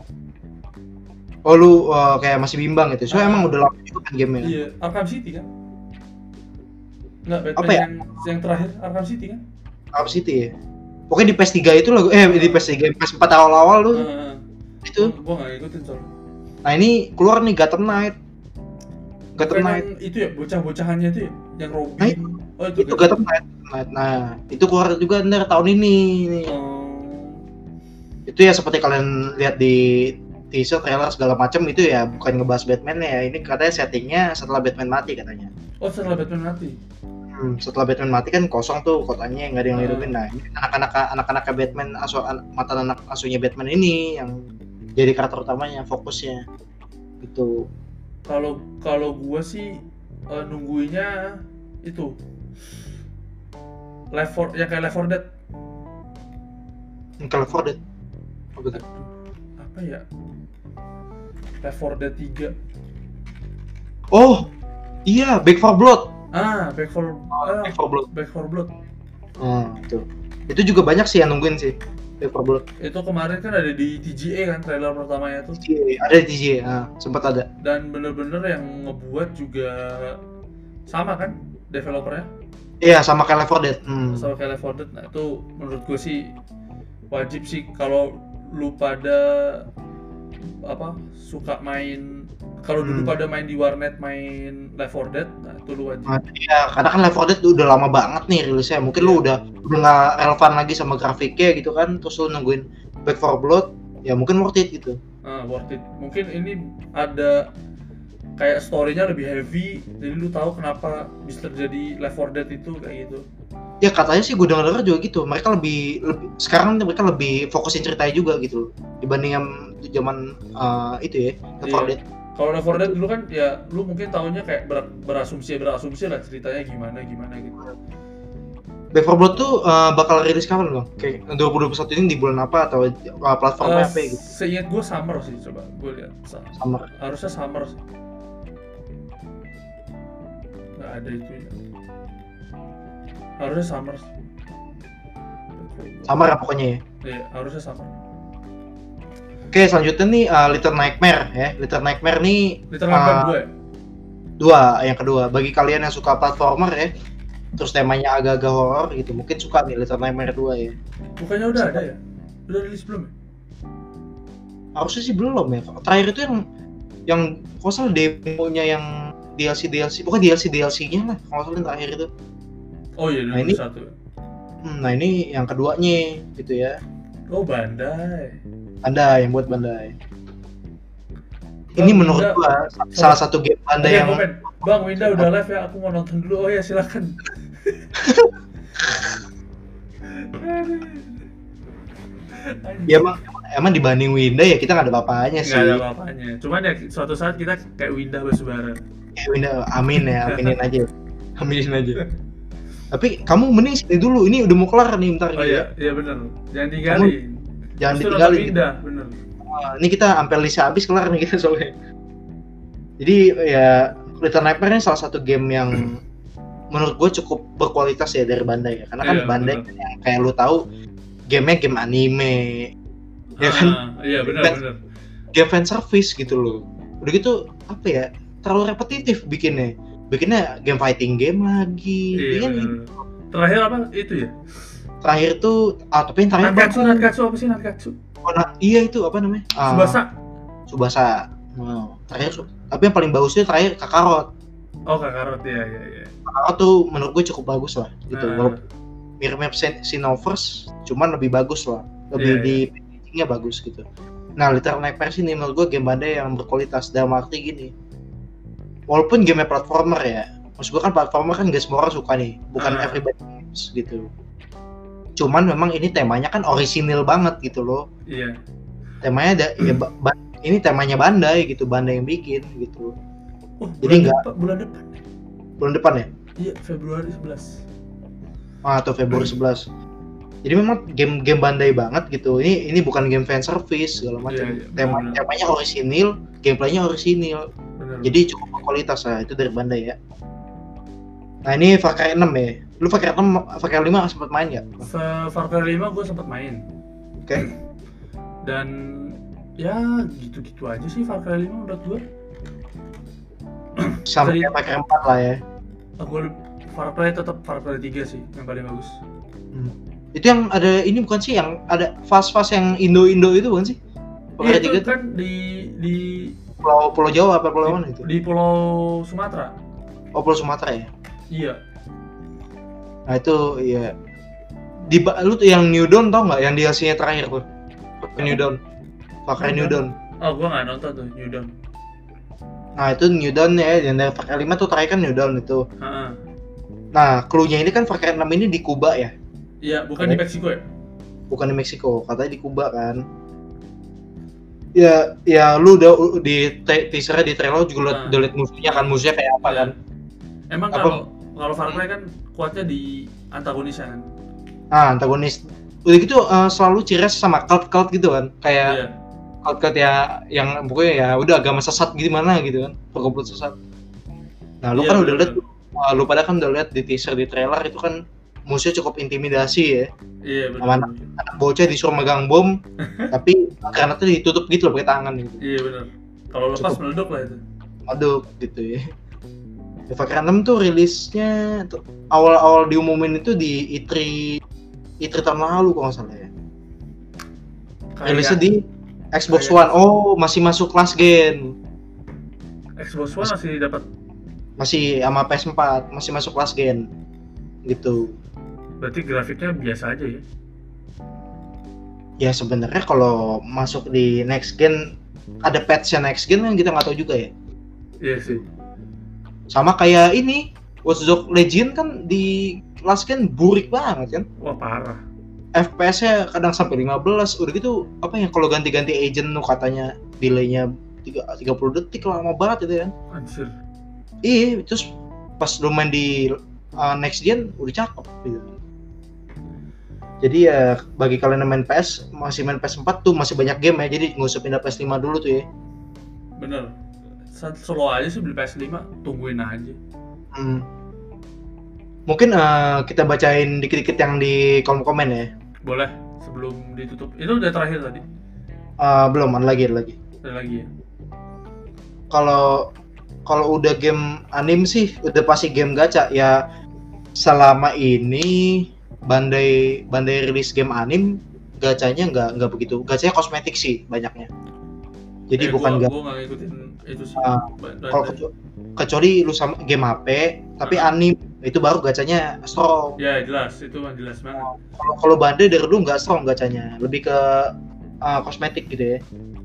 Oh lu uh, kayak masih bimbang gitu. So ah, emang udah lama juga kan game-nya. Iya, Arkham City kan? Enggak, Batman apa ya? yang yang terakhir Arkham City kan? Arkham City ya. Pokoknya di P S tiga itu lah, eh di P S tiga, P S empat awal-awal lu. Uh, itu. Gua enggak ngikutin soalnya. Nah, ini keluar nih Gotham Knight. Gotham Knight. Itu ya bocah-bocahannya itu ya, yang Robin. Nah, oh itu, itu Gotham Knight. Nah, itu keluar juga ntar tahun ini nih. Oh. Itu ya seperti kalian lihat di teaser, trailer segala macam itu ya bukan ngebahas Batman ya. Ini katanya settingnya setelah Batman mati katanya. Oh, setelah Batman mati. Hmm, setelah Batman mati kan kosong tuh kotanya, nggak ada yang hidupin. Nah, ini anak-anak anak-anak Batman asuh mata anak asuhnya Batman ini yang jadi karakter utamanya, fokusnya. Itu. Kalau kalau gua sih uh, nungguinnya itu Left four, yang kayak Left four Dead. Yang kayak Left four Dead. Apa tuh? Apa ya? Left four Dead tiga. Oh, iya, Back four Blood. Ah, Back four, ah, Back four Blood. Back four Blood. Hmm, itu. Itu juga banyak sih yang nungguin sih. Back four Blood. Itu kemarin kan ada di T G A kan trailer pertamanya tuh. T G A, ada di T G A, nah, sempat ada. Dan bener-bener yang ngebuat juga sama kan developernya? Iya, sama kayak Left four Dead. Hmm. Sama kayak Left four Dead. Nah, itu menurut gue sih wajib sih kalau lu pada apa suka main kalau dulu Hmm. pada main di warnet main Left four Dead, nah itu lu wajib. Nah, iya, karena kan Left four Dead udah lama banget nih rilisnya. Mungkin lu Iya. udah udah nggak relevan lagi sama grafiknya gitu kan. Terus lu nungguin Back four Blood, ya mungkin worth it gitu. Ah, worth it. Mungkin ini ada kayak story-nya lebih heavy, jadi lu tahu kenapa bisa terjadi Left four Dead itu kayak gitu. Ya katanya sih gue denger juga gitu. Mereka lebih, lebih sekarang mereka lebih fokusin ceritanya juga gitu dibanding yang zaman uh, itu ya Left four Iya. Dead. Kalau Left four Dead dulu kan ya lu mungkin tahunya kayak ber, berasumsi berasumsi lah ceritanya gimana gimana gitu. Back four Blood tuh uh, bakal rilis kapan bang? Kayak dua ribu dua puluh satu ini di bulan apa atau uh, platformnya Uh, apa ya gitu? Seingat gue summer sih, coba gue lihat. Sa- Summer. Harusnya summer sih. Nggak ada itu ya. Harusnya summer sih. Summer ya pokoknya ya. Iya, harusnya summer. Oke, selanjutnya nih uh, Little Nightmare ya. Little Nightmare nih Little Nightmare uh, dua ya? dua, yang kedua. Bagi kalian yang suka platformer ya, terus temanya agak-agak horror gitu, mungkin suka nih Little Nightmare dua ya. Bukannya udah ada ya? Udah rilis belum ya? Harusnya sih belum ya. Terakhir itu yang yang kalau nggak salah demonya yang D L C D L C, bukan D L C D L C-nya lah kalau nggak salah yang terakhir itu. Oh iya, Nah, udah ini- satu. Hmm, nah ini yang keduanya gitu ya. Oh, Bandai. Bandai, yang buat Bandai. Ini Bang, menurut Winda- gua salah satu game Bandai Ada yang komen, Bang Winda udah live ya, aku mau nonton dulu. Oh ya, silakan. ya emang, emang dibanding Winda ya kita nggak ada apa-apanya sih. Nggak ada apa-apanya. Cuman ya suatu saat kita kayak Winda Basubara. Ya, Winda, amin ya, aminin aja. Aminin aja. Tapi kamu mending sini dulu, ini udah mau kelar nih bentar Oh gitu ya. iya, iya benar. Jangan tinggalin. Jangan Terus lu ditinggalin. nonton Winda, bener. Nah, ini kita sampai listnya habis kelar nih kita soalnya. Jadi ya Little Nightmare ini salah satu game yang menurut gue cukup berkualitas ya dari Bandai ya. Karena kan Iya, Bandai bener. yang kayak lu tahu gamenya game anime, ya kan? Ah, iya benar Kan- benar. Game fan service gitu loh. Udah gitu apa ya? Terlalu repetitif bikinnya. Bikinnya game fighting game lagi. Iya Iya, benar. Terakhir apa itu ya? terakhir tuh ah, tapi yang terakhir Nankatsu, bagus. Nankatsu apa sih Nankatsu? Oh, nah, iya itu apa namanya? Ah, Subasa. Subasa. Wow. Terakhir Su- tapi yang paling bagusnya terakhir Kakarot. Oh, Kakarot ya ya ya. Kakarot tuh menurut gue cukup bagus lah gitu. Ah. Walaupun mirip-mirip Sin- Xenoverse, cuman lebih bagus lah. Lebih Iya, di packagingnya bagus gitu. Nah, Little Nightmares ini menurut gue game Bandai yang berkualitas dalam arti gini. Walaupun game platformer ya, maksud gue kan platformer kan gak semua orang suka nih, bukan Ah. everybody games gitu. Cuman memang ini temanya kan orisinil banget gitu loh. Iya. Temanya ada ya, ba- ba- ini temanya Bandai gitu, Bandai yang bikin gitu. Oh, Jadi bulan nggak- depan, bulan depan. Bulan depan ya? Iya, Februari sebelas. Ah, atau Februari sebelas. Jadi memang game-game Bandai banget gitu. Ini ini bukan game fan service segala macam. Iya, iya, Tema benar. temanya orisinil, gameplaynya orisinil. Benar. Jadi cukup berkualitas lah itu dari Bandai ya. Nah, ini Far Cry enam ya. Lu Far Cry enam, Far Cry lima sempat main nggak? Fa- Far Cry lima gue sempat main. Oke. Dan ya gitu-gitu aja sih Far Cry lima menurut gue. Sampai Jadi- Far Cry empat lah ya. Aku Far Cry tetap Far Cry tiga sih yang paling bagus. Hmm. Itu yang ada ini bukan sih yang ada fast-fast yang Indo-Indo itu bukan sih? Far Iya Cry itu tiga tuh kan di di Pulau Pulau Jawa apa Pulau mana itu? di Pulau Sumatera. Oh, Pulau Sumatera ya. Iya. Nah, itu ya di ba- lu tuh yang New Dawn tau nggak yang D L C-nya terakhir tuh? New Dawn. Far Cry New Dawn. Oh, gua nggak nonton tuh New Dawn. Nah, itu New Dawn ya, yang dari Far Cry lima tuh terakhir kan New Dawn itu. Heeh. Nah, clue-nya ini kan Far Cry enam ini di Kuba ya, Iya, bukan di Meksiko ya? bukan di Meksiko, katanya di Kuba kan. Ya, ya lu udah di te- teaser-nya di trailer juga liat, Nah. udah liat musuhnya kan, musuhnya kayak apa Iya. kan. Emang Apa? kalau kalau Far Cry kan kuatnya di antagonisnya kan? Nah, antagonis. Udah gitu eh, selalu ciri khas sama cult-cult gitu kan, kayak Iya. cult-cult ya yang pokoknya ya udah agama sesat gimana gitu kan, perkumpulan sesat. Nah, lu Iya, kan udah bener. lihat, uh, lu pada kan udah lihat di teaser di trailer itu kan musuhnya cukup intimidasi ya. Iya benar. Aman. Anak bocah disuruh megang bom, tapi granatnya ditutup gitu loh pakai tangan gitu. Iya benar. Kalau lepas Cukup. meledak lah itu. Aduh gitu ya. Far Cry enam tuh rilisnya tuh, awal-awal diumumin itu di E tiga E tiga tahun lalu kalau nggak salah ya. Rilisnya di Xbox kayak- One. Oh, masih masuk last gen. Xbox One masih dapat. Masih sama P S empat, masih masuk last gen gitu. Berarti grafiknya biasa aja ya? Ya sebenarnya kalau masuk di next gen ada patch-nya next gen kan kita nggak tahu juga ya. Iya sih. Sama kayak ini Watch Dogs Legion kan di last gen burik banget kan. Wah parah. F P S-nya kadang sampai lima belas. Udah gitu apa ya kalau ganti-ganti agent tuh katanya delay-nya tiga puluh detik, lama banget itu kan. Anjir. Iya, terus pas lu main di uh, next gen udah cakep gitu. Jadi ya bagi kalian yang main P S, masih main P S empat tuh masih banyak game ya. Jadi nggak usah pindah P S lima dulu tuh ya. Bener. Solo aja sih beli P S lima, tungguin aja. Hmm. Mungkin uh, kita bacain dikit-dikit yang di kolom-komen ya. Boleh, sebelum ditutup. Itu udah terakhir tadi? Uh, belum, ada lagi, ada lagi. Ada lagi ya? Kalau kalau udah game anim sih udah pasti game gacha ya. Selama ini Bandai Bandai rilis game anim gacanya nggak nggak begitu. Gacanya kosmetik sih banyaknya. Jadi eh, bukan gua, gacha. Gua nggak ngikutin itu sih. Uh, kalau kecuali, kecuali lu sama game H P tapi uh. anim itu baru gacanya strong. Ya jelas, itu mah jelas banget. Kalau kalau Bandai dari dulu nggak strong gacanya, lebih ke uh, kosmetik gitu ya.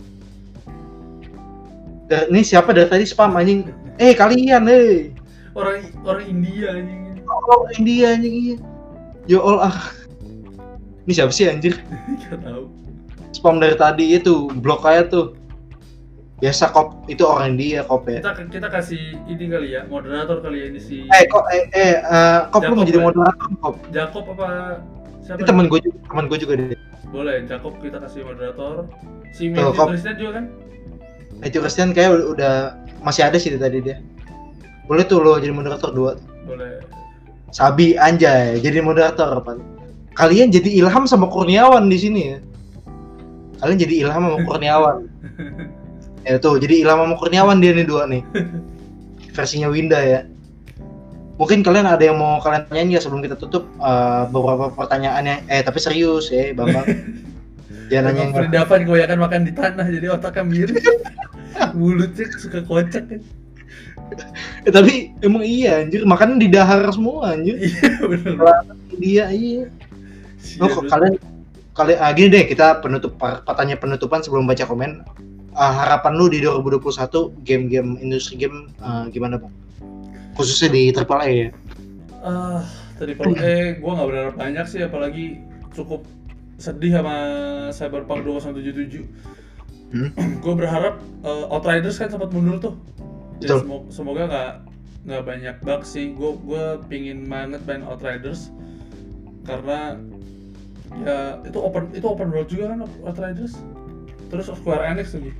Ini siapa dari tadi spam anjing? Eh kalian eh. Orang orang India anjing. Orang India anjing iya. Yo all ah. Ini siapa sih anjir? Enggak tahu. Spam dari tadi itu blok aja tuh. Biasa kop itu orang India kop ya. Kita kita kasih ini kali ya, moderator kali ya ini si. Eh kok eh eh uh, kop lu mau jadi moderator kop? Jakob apa siapa? Ini teman gue juga, teman gue juga deh. Boleh, Jakob kita kasih moderator. Si Matthew Christian juga kan? Matthew Christian kayak udah masih ada sih tadi dia. Boleh tuh lo jadi moderator dua. Boleh. Sabi anjay jadi moderator apa? Kalian jadi Ilham sama Kurniawan di sini ya. Kalian jadi Ilham sama Kurniawan. Ya tuh jadi Ilham sama Kurniawan dia nih dua nih. Versinya Winda ya. Mungkin kalian ada yang mau kalian tanyain ya sebelum kita tutup uh, beberapa pertanyaannya. Eh tapi serius ya Bambang. Jangan nanya yang Perdapan goyakan makan di tanah jadi otaknya miring. Mulutnya suka kocak kan. Eh, tapi emang iya anjir makan di dahar semua anjir. Iya benar. Dia iya. Oh, kok kalian kalian ah, gini deh kita penutup pertanyaan penutupan sebelum baca komen. Uh, harapan lu di dua ribu dua puluh satu game-game industri game uh, gimana Bang? Khususnya di Triple A ya. Ah, uh, Triple A gua nggak berharap banyak sih apalagi cukup sedih sama Cyberpunk dua ribu tujuh puluh tujuh. Hmm? Gue berharap uh, Outriders kan sempat mundur tuh. Ya, semoga, semoga nggak nggak banyak bug sih. Gue gue pingin banget main Outriders karena ya itu open itu open world juga kan Outriders. Terus Square Enix lagi.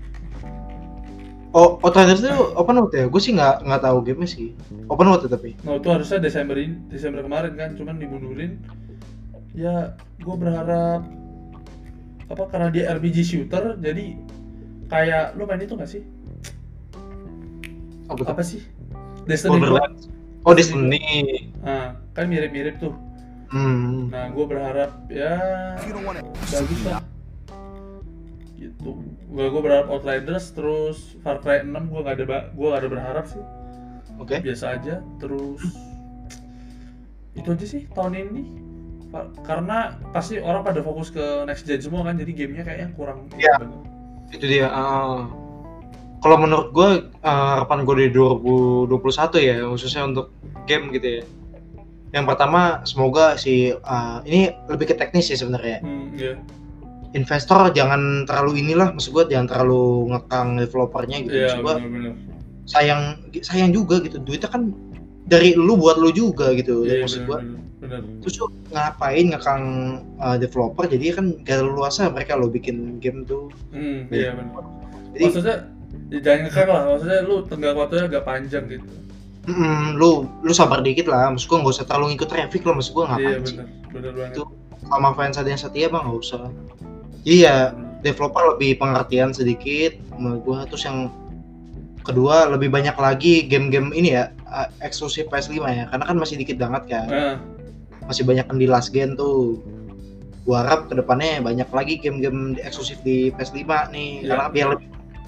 Oh, Outriders itu open world ya? Gue sih nggak nggak tahu game sih. Open world tapi. Nah itu harusnya Desember ini Desember kemarin kan, cuman dimundurin. Ya, gue berharap apa karena dia R P G shooter, jadi kayak lu main itu nggak sih? Apa, apa sih? Destiny. Oh Destiny. Nah, kan mirip-mirip tuh. Hmm. Nah, gue berharap ya bagus lah. Gitu. Gue gue berharap Outriders terus Far Cry enam gue nggak ada gue nggak ada berharap sih. Oke. Okay. Biasa aja. Terus itu aja sih tahun ini. Karena pasti orang pada fokus ke next gen semua kan, jadi gamenya kayaknya kurang. Iya. Itu dia. Uh, kalau menurut gue uh, harapan gue di dua ribu dua puluh satu ya, khususnya untuk game gitu ya. Yang pertama semoga si uh, ini lebih ke teknis sih sebenarnya. Hmm, yeah. Investor jangan terlalu inilah, maksud gue jangan terlalu ngekang developernya gitu. Yeah, maksud gue bener-bener. sayang sayang juga gitu, duitnya kan dari lu buat lu juga gitu. Yeah, maksud gue. Bener. Terus lu ngapain ngekang uh, developer, jadi kan gak luasa mereka lo bikin game tuh. Hmm, iya benar. Jadi maksudnya ya jangan ngekang lah, maksudnya lu tenggang waktunya agak panjang gitu. Mm, lu lu sabar dikit lah, maksud gua nggak usah terlalu ngikut traffic lo, maksud gua ngapain iya, sih? Iya benar, benar banget. Itu sama fans ada yang setia bang nggak usah. Iya, developer lebih pengertian sedikit menurut gua. Terus yang kedua lebih banyak lagi game-game ini ya uh, eksklusif P S lima ya, karena kan masih dikit banget kan. Uh. Masih banyak yang di last gen tuh. Gua harap kedepannya banyak lagi game-game eksklusif di P S lima nih, yeah. Karena biar lebih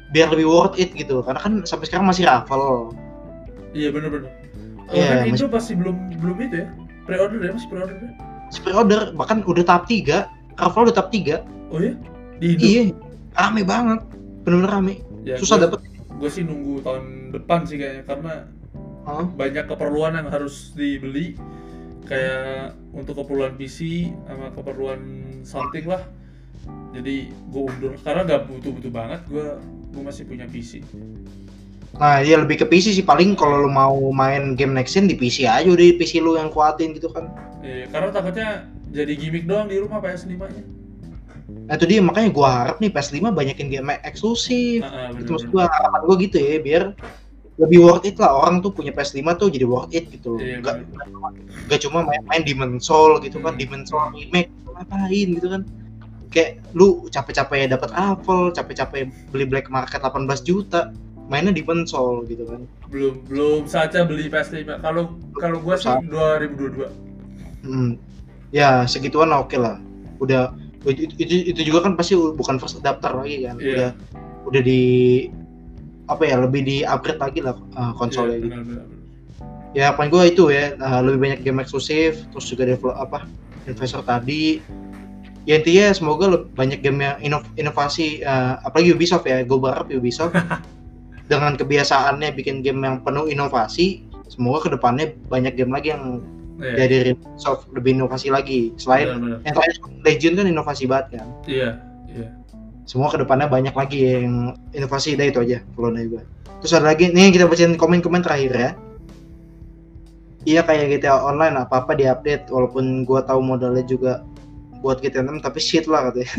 biar lebih worth it gitu. Karena kan sampai sekarang masih raffle. Iya benar-benar. Oh, Iya, kan masih- Indo pasti belum belum itu ya. Pre-order ya, masih pre-order ya? Pre-order bahkan udah tahap tiga, raffle udah tahap tiga. Oh ya? Di Indo? Iya, rame banget. Bener-bener rame. Ya, Susah gua- dapet. Gue sih nunggu tahun depan sih kayaknya, karena Hah? banyak keperluan yang harus dibeli, kayak untuk keperluan P C sama keperluan something lah. Jadi gue undur karena nggak butuh-butuh banget. Gue gue masih punya P C. Nah, iya lebih ke P C sih, paling kalau lu mau main game next gen di P C aja, udah di P C lu yang kuatin gitu kan. Iya, karena takutnya jadi gimmick doang di rumah P S lima-nya. Nah itu dia, makanya gua harap nih P S lima banyakin game eksklusif. Nah, Itu maksud gua, harapan gua gitu ya, biar lebih worth it lah, orang tuh punya P S lima tuh jadi worth it gitu loh. Iya, Enggak enggak cuma main-main Demon's Soul gitu kan, Hmm. Demon's Soul remake ngapain gitu kan. Kayak lu capek-capek dapat raffle, capek-capek beli black market delapan belas juta, mainnya Demon's Soul gitu kan. belum belum saja beli P S lima. Kalau kalau gue sih dua ribu dua puluh dua. Hmm. Ya segituan oke lah. Udah itu, itu, itu juga kan pasti bukan first adapter lagi kan. Iya. Udah udah di apa ya, lebih di upgrade lagi lah uh, konsolnya Iya, gitu. benar-benar. Ya paling gue itu ya, uh, lebih banyak game eksklusif, terus juga develop apa investor tadi. Ya intinya semoga lebih banyak game yang inov- inovasi, uh, apalagi Ubisoft ya, gue berharap Ubisoft dengan kebiasaannya bikin game yang penuh inovasi, semoga kedepannya banyak game lagi yang Iya, dari Ubisoft lebih inovasi lagi. Selain benar-benar. yang terakhir Legend kan inovasi banget kan. Iya, iya. Semua kedepannya banyak lagi yang inovasi, dah itu aja kalau dari gue. Terus ada lagi nih, kita bacain komen-komen terakhir ya. Iya kayak G T A Online apa-apa diupdate, walaupun gue tahu modalnya juga buat G T A enam tapi shit lah katanya.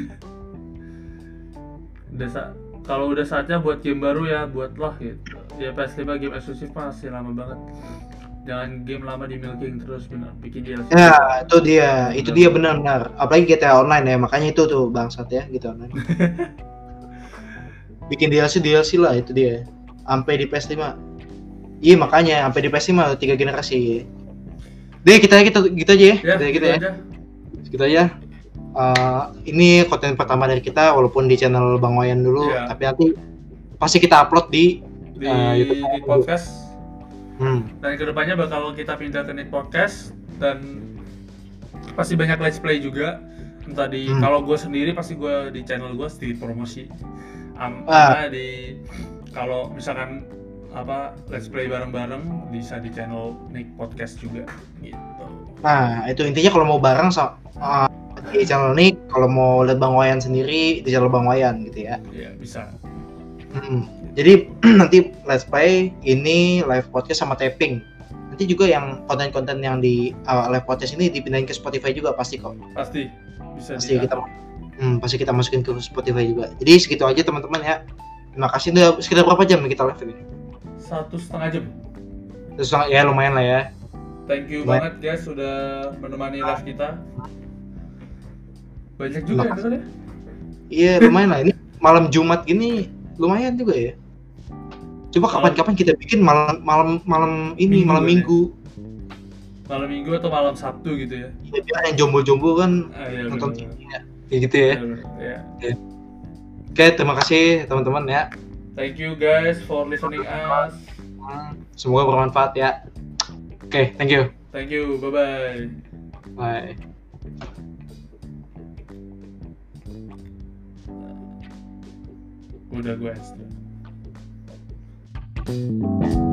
Udah sa- kalau udah saatnya buat game baru ya buatlah gitu. Ya P S lima game eksklusif masih lama banget. Jangan game lama di milking terus, benar. Bikin D L C. Ya itu dia, itu dia benar-benar. Apalagi G T A Online ya, makanya itu tuh bangsat ya G T A Online. Bikin D L C D L C lah itu dia. Sampai di P S lima. Iya makanya sampai di P S lima tiga generasi. Deh kita kita gitu aja ya. Ya, Kita, gitu kita ya. aja. Gitu aja. Uh, ini konten pertama dari kita, walaupun di channel Bang Wayan dulu, Iya. tapi nanti pasti kita upload di Di, uh, YouTube. di podcast. Hmm. Dan kedepannya bakal kita pindah ke Nit Podcast, dan pasti banyak let's play juga. Entah di Hmm. kalau gue sendiri pasti gue di channel gue sedikit promosi. Am, Ah. apa, di kalau misalkan apa let's play bareng-bareng bisa di channel Nit Podcast juga gitu. Nah itu intinya kalau mau bareng so, uh, di channel ini, kalau mau lihat Bang Wayan sendiri di channel Bang Wayan gitu ya. Ya bisa. Hmm. Jadi nanti let's play ini live podcast sama taping. Nanti juga yang konten-konten yang di uh, live podcast ini dipindahin ke Spotify juga pasti kok. Pasti bisa Pasti di- kita hmm, pasti kita masukin ke Spotify juga. Jadi segitu aja teman-teman ya. Terima kasih. Udah sekitar berapa jam kita live ini? satu setengah jam. Terus ya lumayan lah ya. Thank you Lumayan. banget guys sudah menemani live kita. Banyak juga yang denger ya. Iya lumayan lah, ini malam Jumat gini lumayan juga ya. Coba kapan-kapan kita bikin malam malam malam ini Minggu malam kan ya? Minggu. Malam Minggu atau malam Sabtu gitu ya. Ya, biar yang jomblo-jomblo kan Ah, iya, nonton bener-bener. T V ya. Kayak gitu ya. Bener-bener, ya. Oke, terima kasih teman-teman ya. Thank you guys for listening us. Semoga bermanfaat ya. Oke, thank you. Thank you. Bye bye. Bye. Udah gue S D.